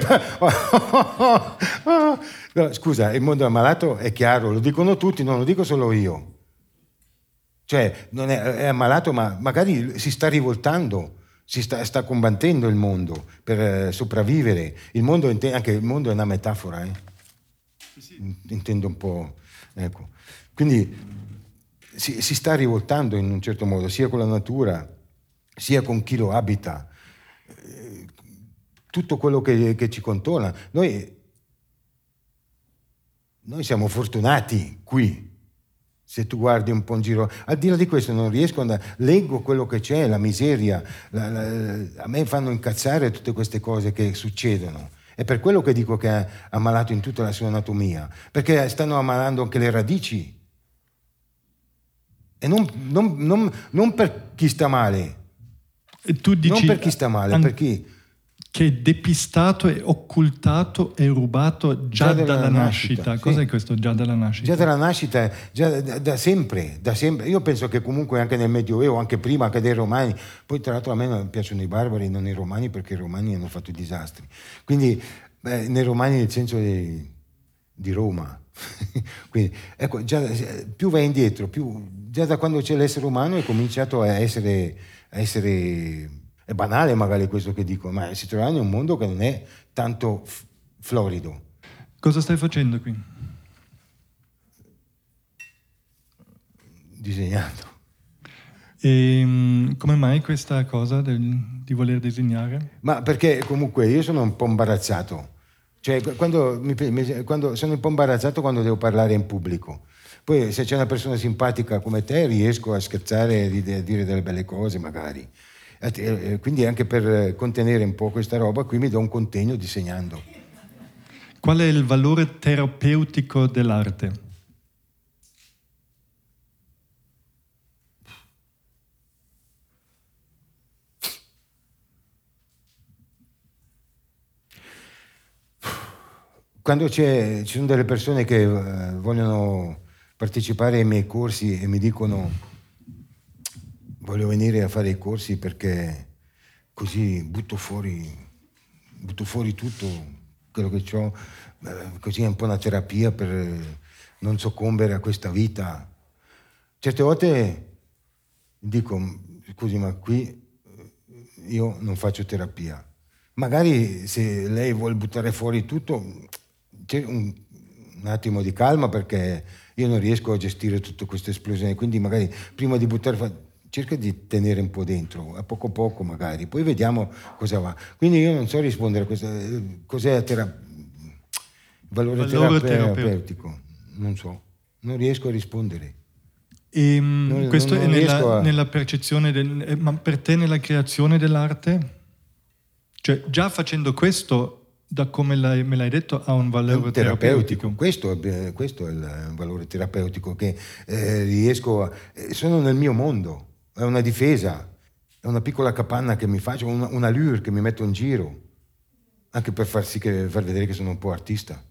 no, scusa, il mondo è ammalato, è chiaro, lo dicono tutti, non lo dico solo io. Cioè, non è, è ammalato, ma magari si sta rivoltando. Si sta, sta combattendo il mondo per eh, sopravvivere. Il mondo, anche il mondo è una metafora, eh? Sì, sì. Intendo un po'. Ecco. Quindi si, si sta rivoltando in un certo modo, sia con la natura, sia con chi lo abita. Eh, tutto quello che, che ci contorna. Noi, noi siamo fortunati qui. Se tu guardi un po' in giro, al di là di questo non riesco ad andare, leggo quello che c'è, la miseria, la, la, a me fanno incazzare tutte queste cose che succedono. È per quello che dico che è ammalato in tutta la sua anatomia, perché stanno ammalando anche le radici. E non, non, non, non per chi sta male, E tu dici, non per chi sta male, an- per chi... Che che è depistato, è occultato e rubato già, già dalla, dalla nascita. nascita. Cos'è sì. questo già dalla nascita? Già dalla nascita, già da, da sempre, da sempre. Io penso che comunque anche nel Medioevo, anche prima, anche dei Romani, poi tra l'altro a me piacciono i barbari, non i Romani, perché i Romani hanno fatto i disastri. Quindi beh, nei Romani nel senso di, di Roma. Quindi ecco, già, più vai indietro, più, già da quando c'è l'essere umano è cominciato a essere... A essere È banale magari questo che dico, ma si trova in un mondo che non è tanto f- florido. Cosa stai facendo qui? Disegnando. E come mai questa cosa del, di voler disegnare? Ma perché comunque io sono un po' imbarazzato. Cioè, quando, mi, quando sono un po' imbarazzato quando devo parlare in pubblico. Poi se c'è una persona simpatica come te riesco a scherzare e a dire delle belle cose magari. Quindi anche per contenere un po' questa roba qui mi do un contegno disegnando. Qual è il valore terapeutico dell'arte? Quando c'è, ci sono delle persone che uh, vogliono partecipare ai miei corsi e mi dicono voglio venire a fare i corsi perché così butto fuori, butto fuori tutto quello che ho, così è un po' una terapia per non soccombere a questa vita. Certe volte dico, scusi, ma qui io non faccio terapia. Magari se lei vuole buttare fuori tutto, c'è un, un attimo di calma perché io non riesco a gestire tutta questa esplosione, quindi magari prima di buttare fuori cerca di tenere un po' dentro, a poco a poco magari, poi vediamo cosa va. Quindi io non so rispondere a questo, cos'è il tera- valore, valore terapeutico. terapeutico, non so, non riesco a rispondere. E non, questo non, non è nella, a... nella percezione, del, ma per te nella creazione dell'arte? Cioè già facendo questo, da come l'hai, me l'hai detto, ha un valore un terapeutico. terapeutico. Questo, questo è il valore terapeutico, che eh, riesco a... sono nel mio mondo. È una difesa, è una piccola capanna che mi faccio, una, una lure che mi metto in giro, anche per far sì che, far vedere che sono un po' artista.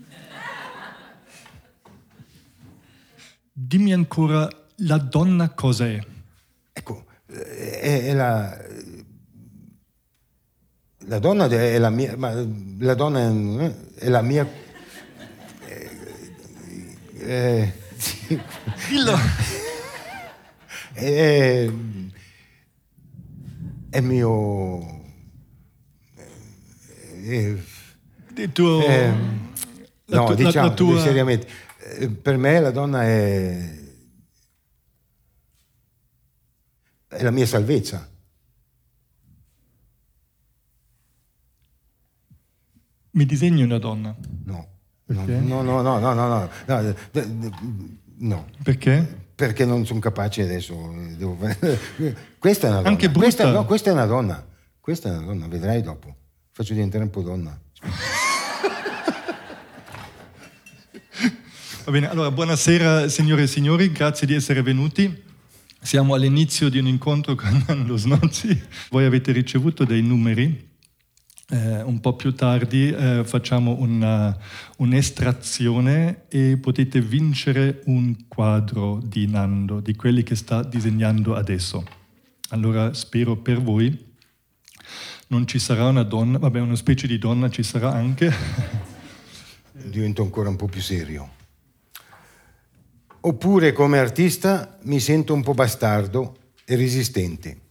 Dimmi ancora, la donna cos'è? Ecco, è, è la... La donna è la mia... Ma la donna è, è la mia... Eh, eh, sì. Dillo! È, è mio è, il tuo è, no tu, diciamo la, la tua... seriamente per me la donna è è la mia salvezza. Mi disegni una donna? No no no no no no no no no perché? Perché non sono capace adesso. Devo... Questa è una donna. Anche brutta. Questa, no, questa è una donna. Questa è una donna, vedrai dopo. Faccio diventare un po' donna. Va bene, allora buonasera signore e signori, grazie di essere venuti. Siamo all'inizio di un incontro con Nando Snozzi. Voi avete ricevuto dei numeri. Eh, un po' più tardi eh, facciamo una, un'estrazione e potete vincere un quadro di Nando, di quelli che sta disegnando adesso. Allora spero per voi non ci sarà una donna, vabbè una specie di donna ci sarà anche. Divento ancora un po' più serio. Oppure come artista mi sento un po' bastardo e resistente.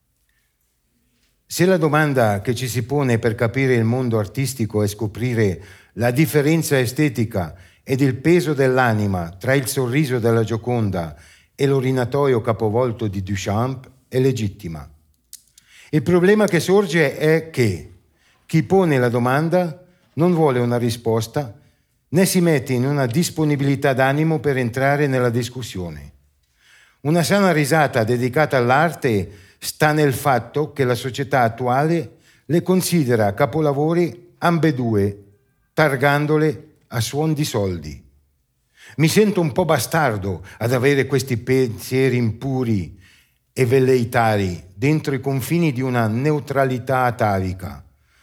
Se la domanda che ci si pone per capire il mondo artistico è scoprire la differenza estetica ed il peso dell'anima tra il sorriso della Gioconda e l'orinatoio capovolto di Duchamp, è legittima. Il problema che sorge è che chi pone la domanda non vuole una risposta né si mette in una disponibilità d'animo per entrare nella discussione. Una sana risata dedicata all'arte sta nel fatto che la società attuale le considera capolavori ambedue, targandole a suon di soldi. Mi sento un po' bastardo ad avere questi pensieri impuri e velleitari dentro i confini di una neutralità atavica.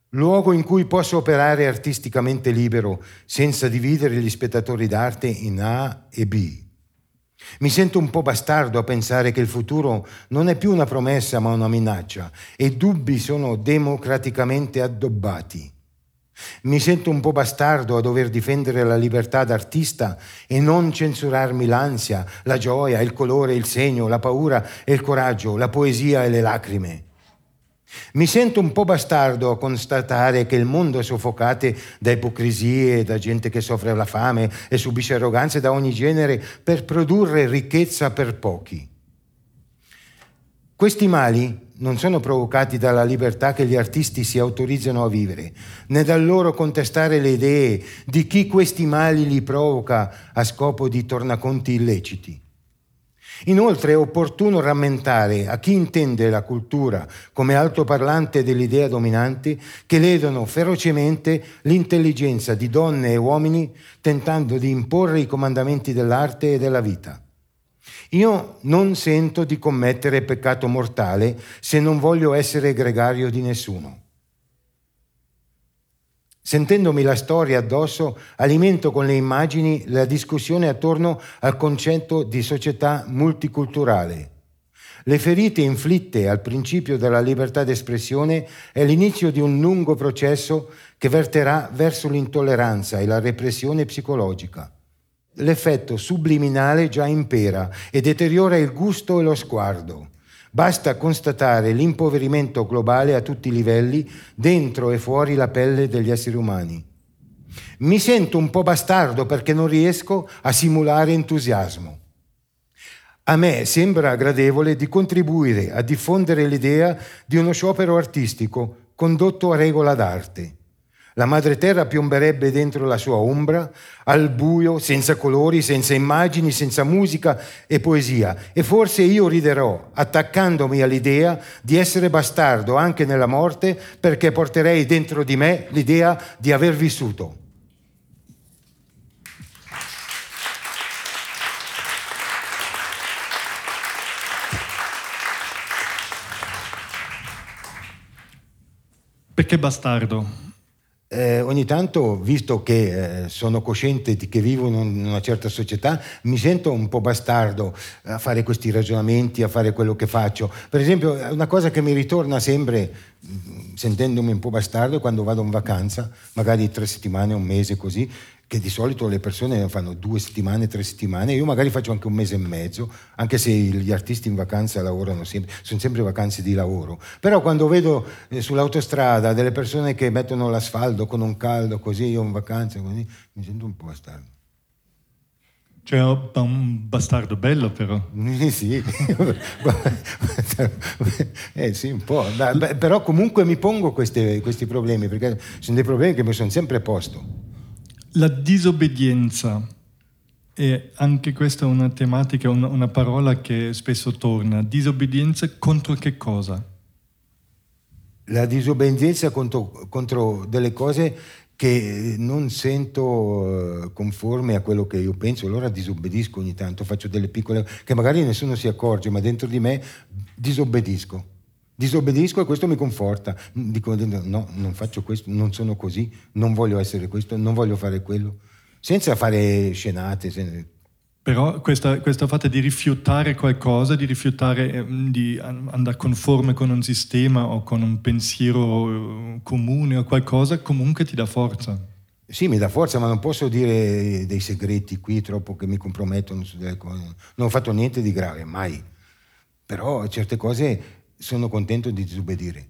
luogo in cui posso operare artisticamente libero senza dividere gli spettatori d'arte in A e B. Mi sento un po' bastardo a pensare che il futuro non è più una promessa ma una minaccia e i dubbi sono democraticamente addobbati. Mi sento un po' bastardo a dover difendere la libertà d'artista e non censurarmi l'ansia, la gioia, il colore, il segno, la paura e il coraggio, la poesia e le lacrime. Mi sento un po' bastardo a constatare che il mondo è soffocato da ipocrisie, da gente che soffre la fame e subisce arroganze da ogni genere per produrre ricchezza per pochi. Questi mali non sono provocati dalla libertà che gli artisti si autorizzano a vivere, né dal loro contestare le idee di chi questi mali li provoca a scopo di tornaconti illeciti. Inoltre è opportuno rammentare a chi intende la cultura come altoparlante dell'idea dominante che ledono ferocemente l'intelligenza di donne e uomini tentando di imporre i comandamenti dell'arte e della vita. Io non sento di commettere peccato mortale se non voglio essere gregario di nessuno. Sentendomi la storia addosso, alimento con le immagini la discussione attorno al concetto di società multiculturale. Le ferite inflitte al principio della libertà d'espressione è l'inizio di un lungo processo che verterà verso l'intolleranza e la repressione psicologica. L'effetto subliminale già impera e deteriora il gusto e lo sguardo. Basta constatare l'impoverimento globale a tutti i livelli, dentro e fuori la pelle degli esseri umani. Mi sento un po' bastardo perché non riesco a simulare entusiasmo. A me sembra gradevole di contribuire a diffondere l'idea di uno sciopero artistico condotto a regola d'arte. La madre terra piomberebbe dentro la sua ombra, al buio, senza colori, senza immagini, senza musica e poesia. E forse io riderò, attaccandomi all'idea di essere bastardo anche nella morte, perché porterei dentro di me l'idea di aver vissuto. Perché bastardo? Eh, ogni tanto, visto che eh, sono cosciente di che vivo in una certa società, mi sento un po' bastardo a fare questi ragionamenti, a fare quello che faccio. Per esempio, una cosa che mi ritorna sempre, sentendomi un po' bastardo, quando vado in vacanza, magari tre settimane, un mese così, che di solito le persone fanno due settimane, tre settimane, io magari faccio anche un mese e mezzo, anche se gli artisti in vacanza lavorano sempre, sono sempre vacanze di lavoro. Però quando vedo eh, sull'autostrada delle persone che mettono l'asfalto con un caldo così, io in vacanza così, mi sento un po' bastardo. Cioè un bastardo bello però. Sì, eh, sì, un po'. Beh, però comunque mi pongo queste, questi problemi, perché sono dei problemi che mi sono sempre posto. La disobbedienza, e anche questa è una tematica, una, una parola che spesso torna. Disobbedienza contro che cosa? La disobbedienza contro, contro delle cose che non sento conforme a quello che io penso, allora disobbedisco ogni tanto, faccio delle piccole, che magari nessuno si accorge, ma dentro di me disobbedisco. Disobbedisco e questo mi conforta. Dico no, non faccio questo, non sono così, non voglio essere questo, non voglio fare quello, senza fare scenate. Senza... Però questa, questa fatta di rifiutare qualcosa, di rifiutare di andare conforme con un sistema o con un pensiero comune o qualcosa, comunque ti dà forza. Sì, mi dà forza, ma non posso dire dei segreti qui troppo che mi compromettono su delle cose. Non ho fatto niente di grave, mai. Però certe cose sono contento di disobbedire.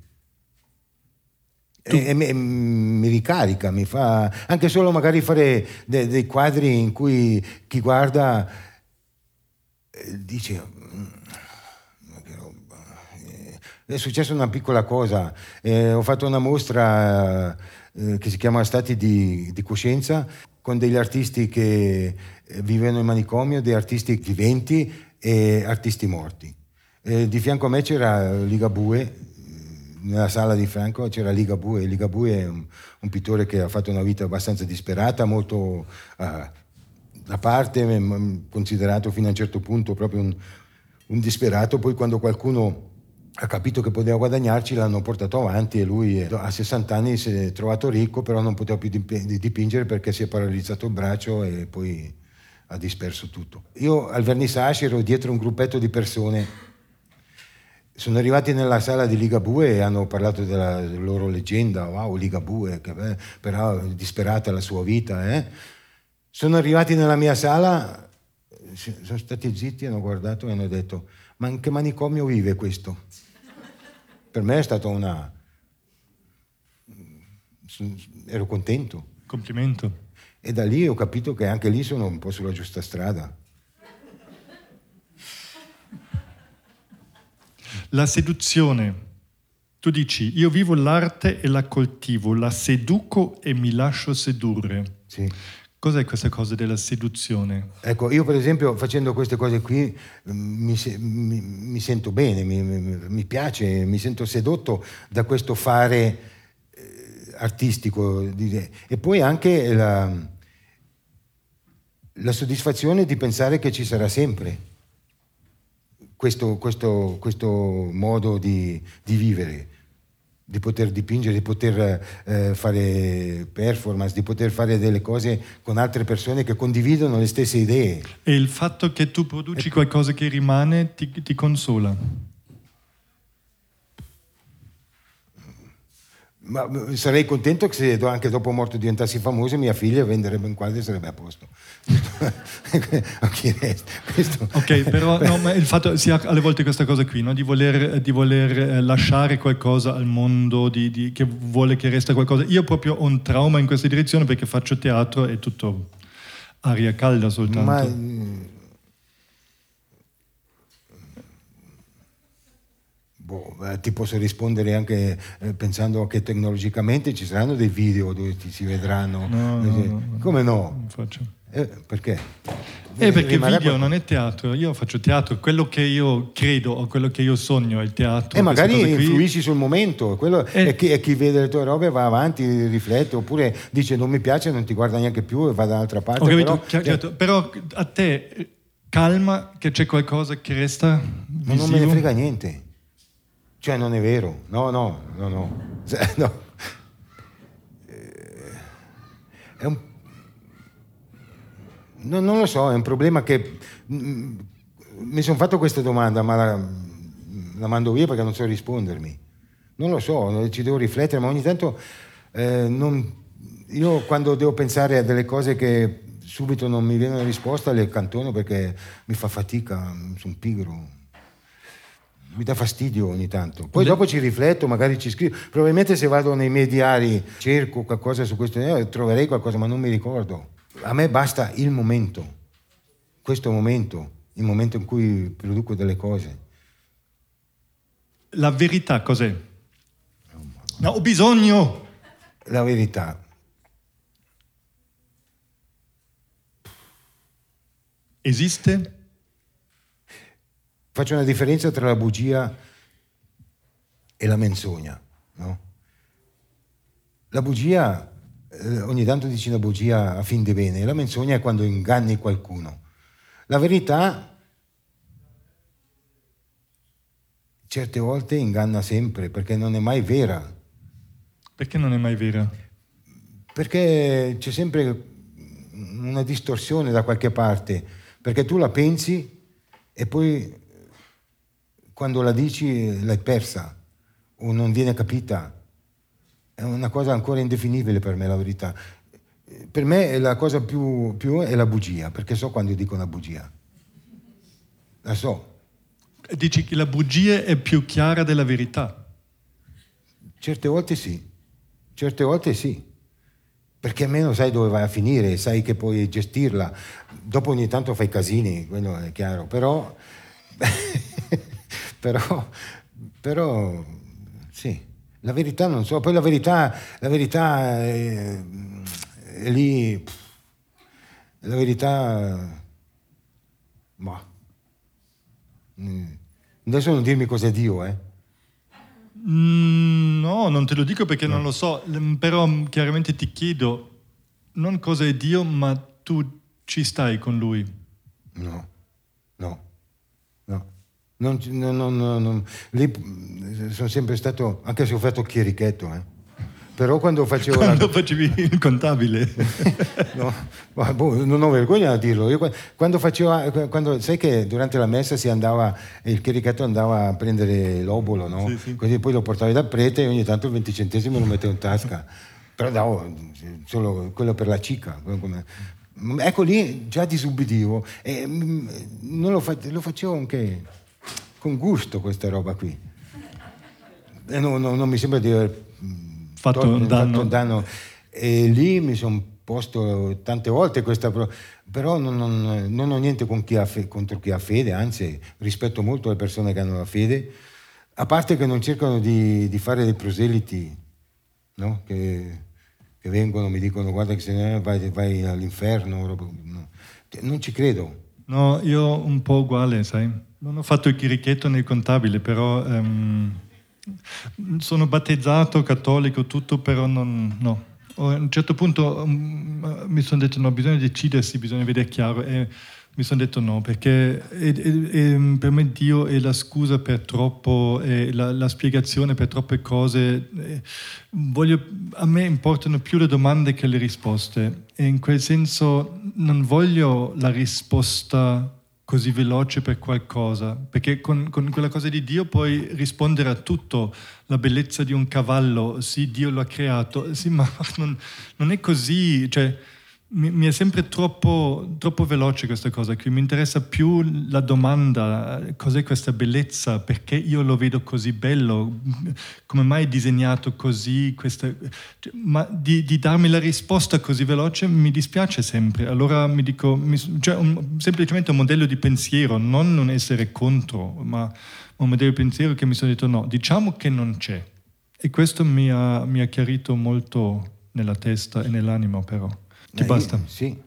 E, e, e mi ricarica, mi fa anche solo magari fare de, dei quadri in cui chi guarda eh, dice ma che roba. Eh, è successa una piccola cosa, eh, ho fatto una mostra eh, che si chiama Stati di, di coscienza con degli artisti che vivevano in manicomio, dei artisti viventi e artisti morti. Eh, di fianco a me c'era Ligabue, nella sala di Franco c'era Ligabue. Ligabue è un, un pittore che ha fatto una vita abbastanza disperata, molto uh, a parte, considerato fino a un certo punto proprio un, un disperato. Poi quando qualcuno ha capito che poteva guadagnarci, l'hanno portato avanti e lui a sessanta anni si è trovato ricco, però non poteva più dipingere perché si è paralizzato il braccio e poi ha disperso tutto. Io al vernissage ero dietro un gruppetto di persone. Sono arrivati nella sala di Ligabue e hanno parlato della loro leggenda, wow, Ligabue, che eh, però disperata la sua vita. Eh. Sono arrivati nella mia sala, sono stati zitti, hanno guardato e hanno detto: ma in che manicomio vive questo? Per me è stata una... ero contento. Complimento. E da lì ho capito che anche lì sono un po' sulla giusta strada. La seduzione. Tu dici, io vivo l'arte e la coltivo, la seduco e mi lascio sedurre. Sì. Cos'è questa cosa della seduzione? Ecco, io per esempio facendo queste cose qui mi, mi, mi sento bene, mi, mi, mi piace, mi sento sedotto da questo fare eh, artistico. E poi anche la, la soddisfazione di pensare che ci sarà sempre questo, questo, questo modo di, di vivere, di poter dipingere, di poter eh, fare performance, di poter fare delle cose con altre persone che condividono le stesse idee. E il fatto che tu produci qualcosa che rimane ti, ti consola? Ma sarei contento che se anche dopo morto diventassi famoso mia figlia venderebbe un quadro e sarebbe a posto. Questo. Ok, però no, ma il fatto si ha alle volte questa cosa qui, no? di, voler, di voler lasciare qualcosa al mondo, di, di, che vuole che resta qualcosa. Io proprio ho un trauma in questa direzione perché faccio teatro e tutto aria calda soltanto. Ma, Boh, eh, ti posso rispondere anche eh, pensando che tecnologicamente ci saranno dei video dove ti si vedranno. No, no, no, no, come no? Non faccio. Eh, perché? Eh, perché Rimarrà video qual- non è teatro, io faccio teatro, quello che io credo o quello che io sogno è il teatro. E magari queste cose qui. influisci sul momento, quello Eh. è chi, è chi vede le tue robe va avanti, riflette, oppure dice non mi piace, non ti guarda neanche più e va dall'altra parte. Ho capito, però, chiaro, certo, però a te calma che c'è qualcosa che resta ma visivo? non me ne frega niente. Cioè non è vero, no, no, no, no. no. Eh, È un... no, non lo so, è un problema che... mm, mi sono fatto questa domanda, ma la, la mando via perché non so rispondermi. Non lo so, ci devo riflettere, ma ogni tanto eh, non... io quando devo pensare a delle cose che subito non mi viene una risposta le cantono perché mi fa fatica, sono pigro. Mi dà fastidio ogni tanto. Poi dopo ci rifletto, magari ci scrivo. Probabilmente se vado nei miei diari, cerco qualcosa su questo, eh, troverei qualcosa, ma non mi ricordo. A me basta il momento, questo momento, il momento in cui produco delle cose. La verità cos'è? No, ho bisogno! La verità. Esiste? Faccio una differenza tra la bugia e la menzogna, no? La bugia, eh, ogni tanto dici una bugia a fin di bene, la menzogna è quando inganni qualcuno. La verità certe volte inganna sempre, perché non è mai vera. Perché non è mai vera? Perché c'è sempre una distorsione da qualche parte, perché tu la pensi e poi quando la dici l'hai persa o non viene capita. È una cosa ancora indefinibile per me, la verità. Per me la cosa più, più è la bugia, perché so quando dico una bugia. La so. Dici che la bugia è più chiara della verità? Certe volte sì, certe volte sì. Perché almeno sai dove vai a finire, sai che puoi gestirla. Dopo ogni tanto fai casini, quello è chiaro, però... però, però sì, la verità non so, poi la verità, la verità è, è lì, la verità, ma adesso non dirmi cos'è Dio, eh. Mm, no, non te lo dico perché no. Non lo so, però chiaramente ti chiedo non cosa è Dio, ma tu ci stai con Lui. No, no, no. Non, non, non, non, lì sono sempre stato, anche se ho fatto chierichetto, eh. Però quando facevo quando la... facevi il contabile no, ma boh, non ho vergogna a dirlo. Io quando facevo, quando, sai che durante la messa si andava, il chiericato andava a prendere l'obolo, no? Sì, sì. Così poi lo portavi dal prete e ogni tanto il venticentesimo lo mettevo in tasca, però davo solo quello per la cica. Ecco, lì già disubbidivo e non lo, fa, lo facevo anche con gusto questa roba qui e non, non, non mi sembra di aver fatto Tot- un danno. Fatto un danno. E lì mi sono posto tante volte questa pro- però non, non, non ho niente con chi ha fe- contro chi ha fede, anzi rispetto molto le persone che hanno la fede, a parte che non cercano di, di fare dei proseliti, no? che, che vengono, mi dicono guarda che se ne vai, vai all'inferno, roba, no. Non ci credo. No, io un po' uguale, sai, non ho fatto il chierichetto nel contabile, però um... sono battezzato, cattolico, tutto, però non, no. A un certo punto um, mi sono detto no, bisogna decidersi, bisogna vedere chiaro e mi sono detto no, perché e, e, e, per me Dio è la scusa per troppo, è la, la spiegazione per troppe cose. E voglio, a me importano più le domande che le risposte e in quel senso non voglio la risposta così veloce per qualcosa, perché con, con quella cosa di Dio puoi rispondere a tutto, la bellezza di un cavallo, sì, Dio lo ha creato, sì, ma non, non è così, cioè mi, mi è sempre troppo, troppo veloce questa cosa qui, mi interessa più la domanda, cos'è questa bellezza, perché io lo vedo così bello, come mai è disegnato così, questa, ma di, di darmi la risposta così veloce mi dispiace sempre, allora mi dico, mi, cioè un, semplicemente un modello di pensiero, non un essere contro, ma un modello di pensiero che mi sono detto no, diciamo che non c'è, e questo mi ha, mi ha chiarito molto nella testa e nell'animo però. Ti eh, basta? Sì.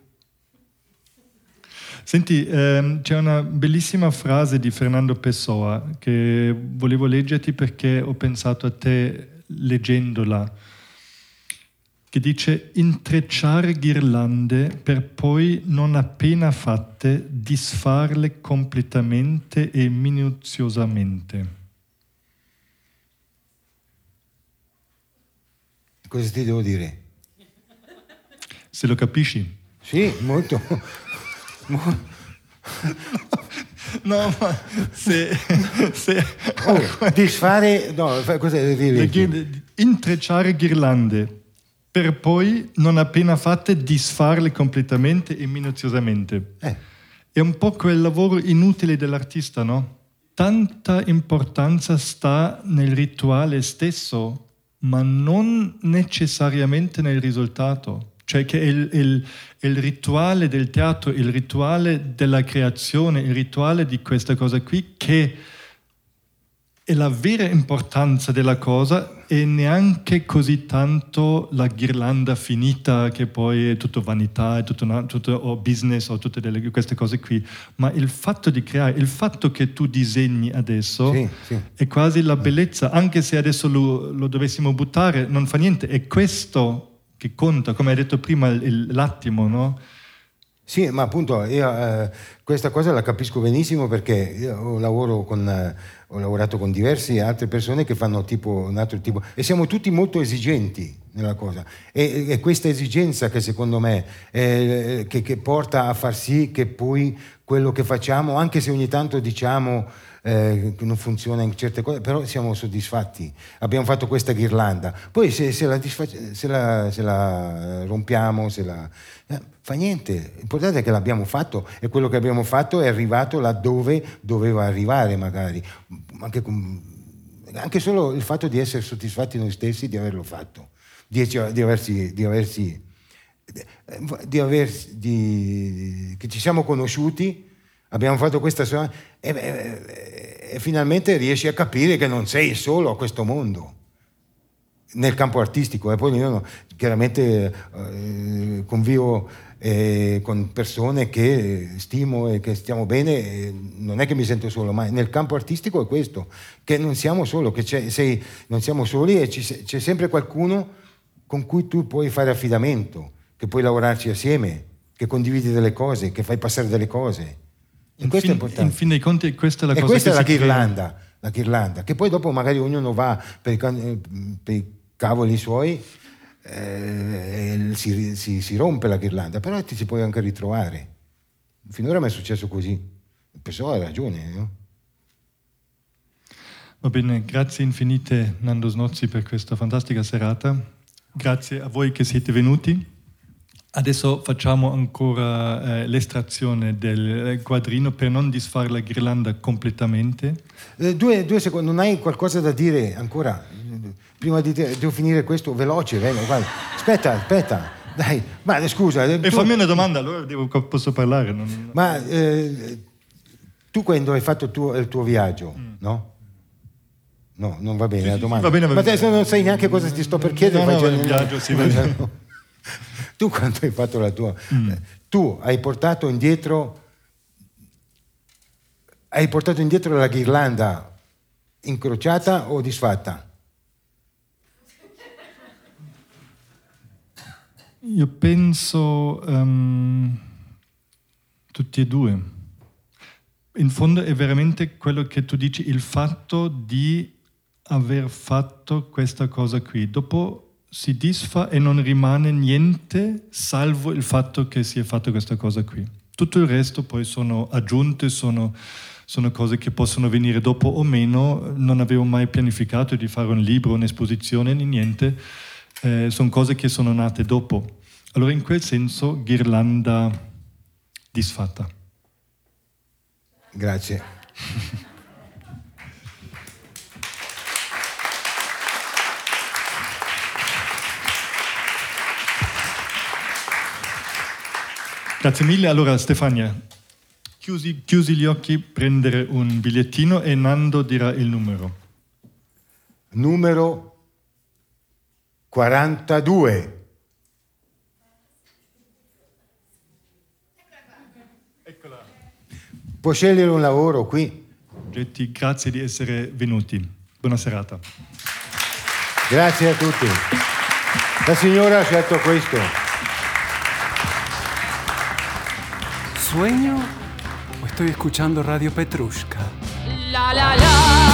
Senti, ehm, c'è una bellissima frase di Fernando Pessoa che volevo leggerti perché ho pensato a te leggendola, che dice intrecciare ghirlande per poi non appena fatte disfarle completamente e minuziosamente. Cosa ti devo dire? Se lo capisci? Sì, molto. No, ma se... se oh, disfare... No, cosa devi dire? Intrecciare ghirlande per poi, non appena fatte, disfarle completamente e minuziosamente. Eh. È un po' quel lavoro inutile dell'artista, no? Tanta importanza sta nel rituale stesso, ma non necessariamente nel risultato. Cioè che il, il, il rituale del teatro, il rituale della creazione, il rituale di questa cosa qui, che è la vera importanza della cosa e neanche così tanto la ghirlanda finita che poi è tutto vanità, è tutto, una, tutto o business o tutte delle, queste cose qui, ma il fatto di creare, il fatto che tu disegni adesso sì, sì. è quasi la bellezza, anche se adesso lo, lo dovessimo buttare, non fa niente, è questo che conta, come hai detto prima, il, l'attimo, no? Sì, ma appunto io eh, questa cosa la capisco benissimo perché io lavoro con, eh, ho lavorato con diverse altre persone che fanno tipo un altro tipo e siamo tutti molto esigenti nella cosa e, e questa esigenza che secondo me eh, che, che porta a far sì che poi quello che facciamo, anche se ogni tanto diciamo Eh, che non funziona in certe cose, però siamo soddisfatti, abbiamo fatto questa ghirlanda, poi se, se, la, disfac- se, la, se la rompiamo, se la, eh, fa niente, l'importante è che l'abbiamo fatto e quello che abbiamo fatto è arrivato laddove doveva arrivare magari, anche, con, anche solo il fatto di essere soddisfatti noi stessi di averlo fatto, di, di aversi, di aversi di aversi di, che ci siamo conosciuti. Abbiamo fatto questa e, e, e finalmente riesci a capire che non sei solo a questo mondo nel campo artistico e poi io no, chiaramente eh, convivo eh, con persone che stimo e che stiamo bene e non è che mi sento solo, ma nel campo artistico è questo, che non siamo solo, che c'è, sei, non siamo soli e ci, c'è sempre qualcuno con cui tu puoi fare affidamento, che puoi lavorarci assieme, che condividi delle cose, che fai passare delle cose. E questo fin, è importante. In fin dei conti questa è la e cosa questa che è la si ghirlanda, la ghirlanda, che poi dopo magari ognuno va per i, can- per i cavoli suoi, eh, si, si, si rompe la ghirlanda, però ti si puoi anche ritrovare. Finora mi è successo così. Il professore ha ragione, no? Va bene, grazie infinite Nando Snozzi per questa fantastica serata. Grazie a voi che siete venuti. Adesso facciamo ancora eh, l'estrazione del quadrino per non disfare la ghirlanda completamente. Eh, due, due secondi, non hai qualcosa da dire ancora? Prima di te, devo finire questo veloce, venga, guarda. Aspetta, aspetta, dai, ma scusa. E tu, fammi una domanda, allora devo, posso parlare. Non... Ma eh, tu quando hai fatto il tuo, il tuo viaggio, mm. no? No, non va bene sì, la sì, domanda. Sì, va bene, va ma bene. adesso non sai neanche cosa ti sto per chiedere. No, no, fai no, il viaggio, sì, no. Tu quando hai fatto la tua... Mm. Tu hai portato indietro... Hai portato indietro la ghirlanda incrociata o disfatta? Io penso um, tutti e due. In fondo è veramente quello che tu dici, il fatto di aver fatto questa cosa qui. Dopo si disfa e non rimane niente salvo il fatto che si è fatto questa cosa qui. Tutto il resto poi sono aggiunte, sono, sono cose che possono venire dopo o meno. Non avevo mai pianificato di fare un libro, un'esposizione, né niente. Eh, sono cose che sono nate dopo. Allora in quel senso ghirlanda disfatta. Grazie. Grazie mille. Allora Stefania, chiusi, chiusi gli occhi, prendere un bigliettino e Nando dirà il numero. Numero quarantadue. Eccola. Può scegliere un lavoro qui. Getti, grazie di essere venuti. Buona serata. Grazie a tutti. La signora ha scelto questo. ¿Sueño o estoy escuchando Radio Petrushka? La la la.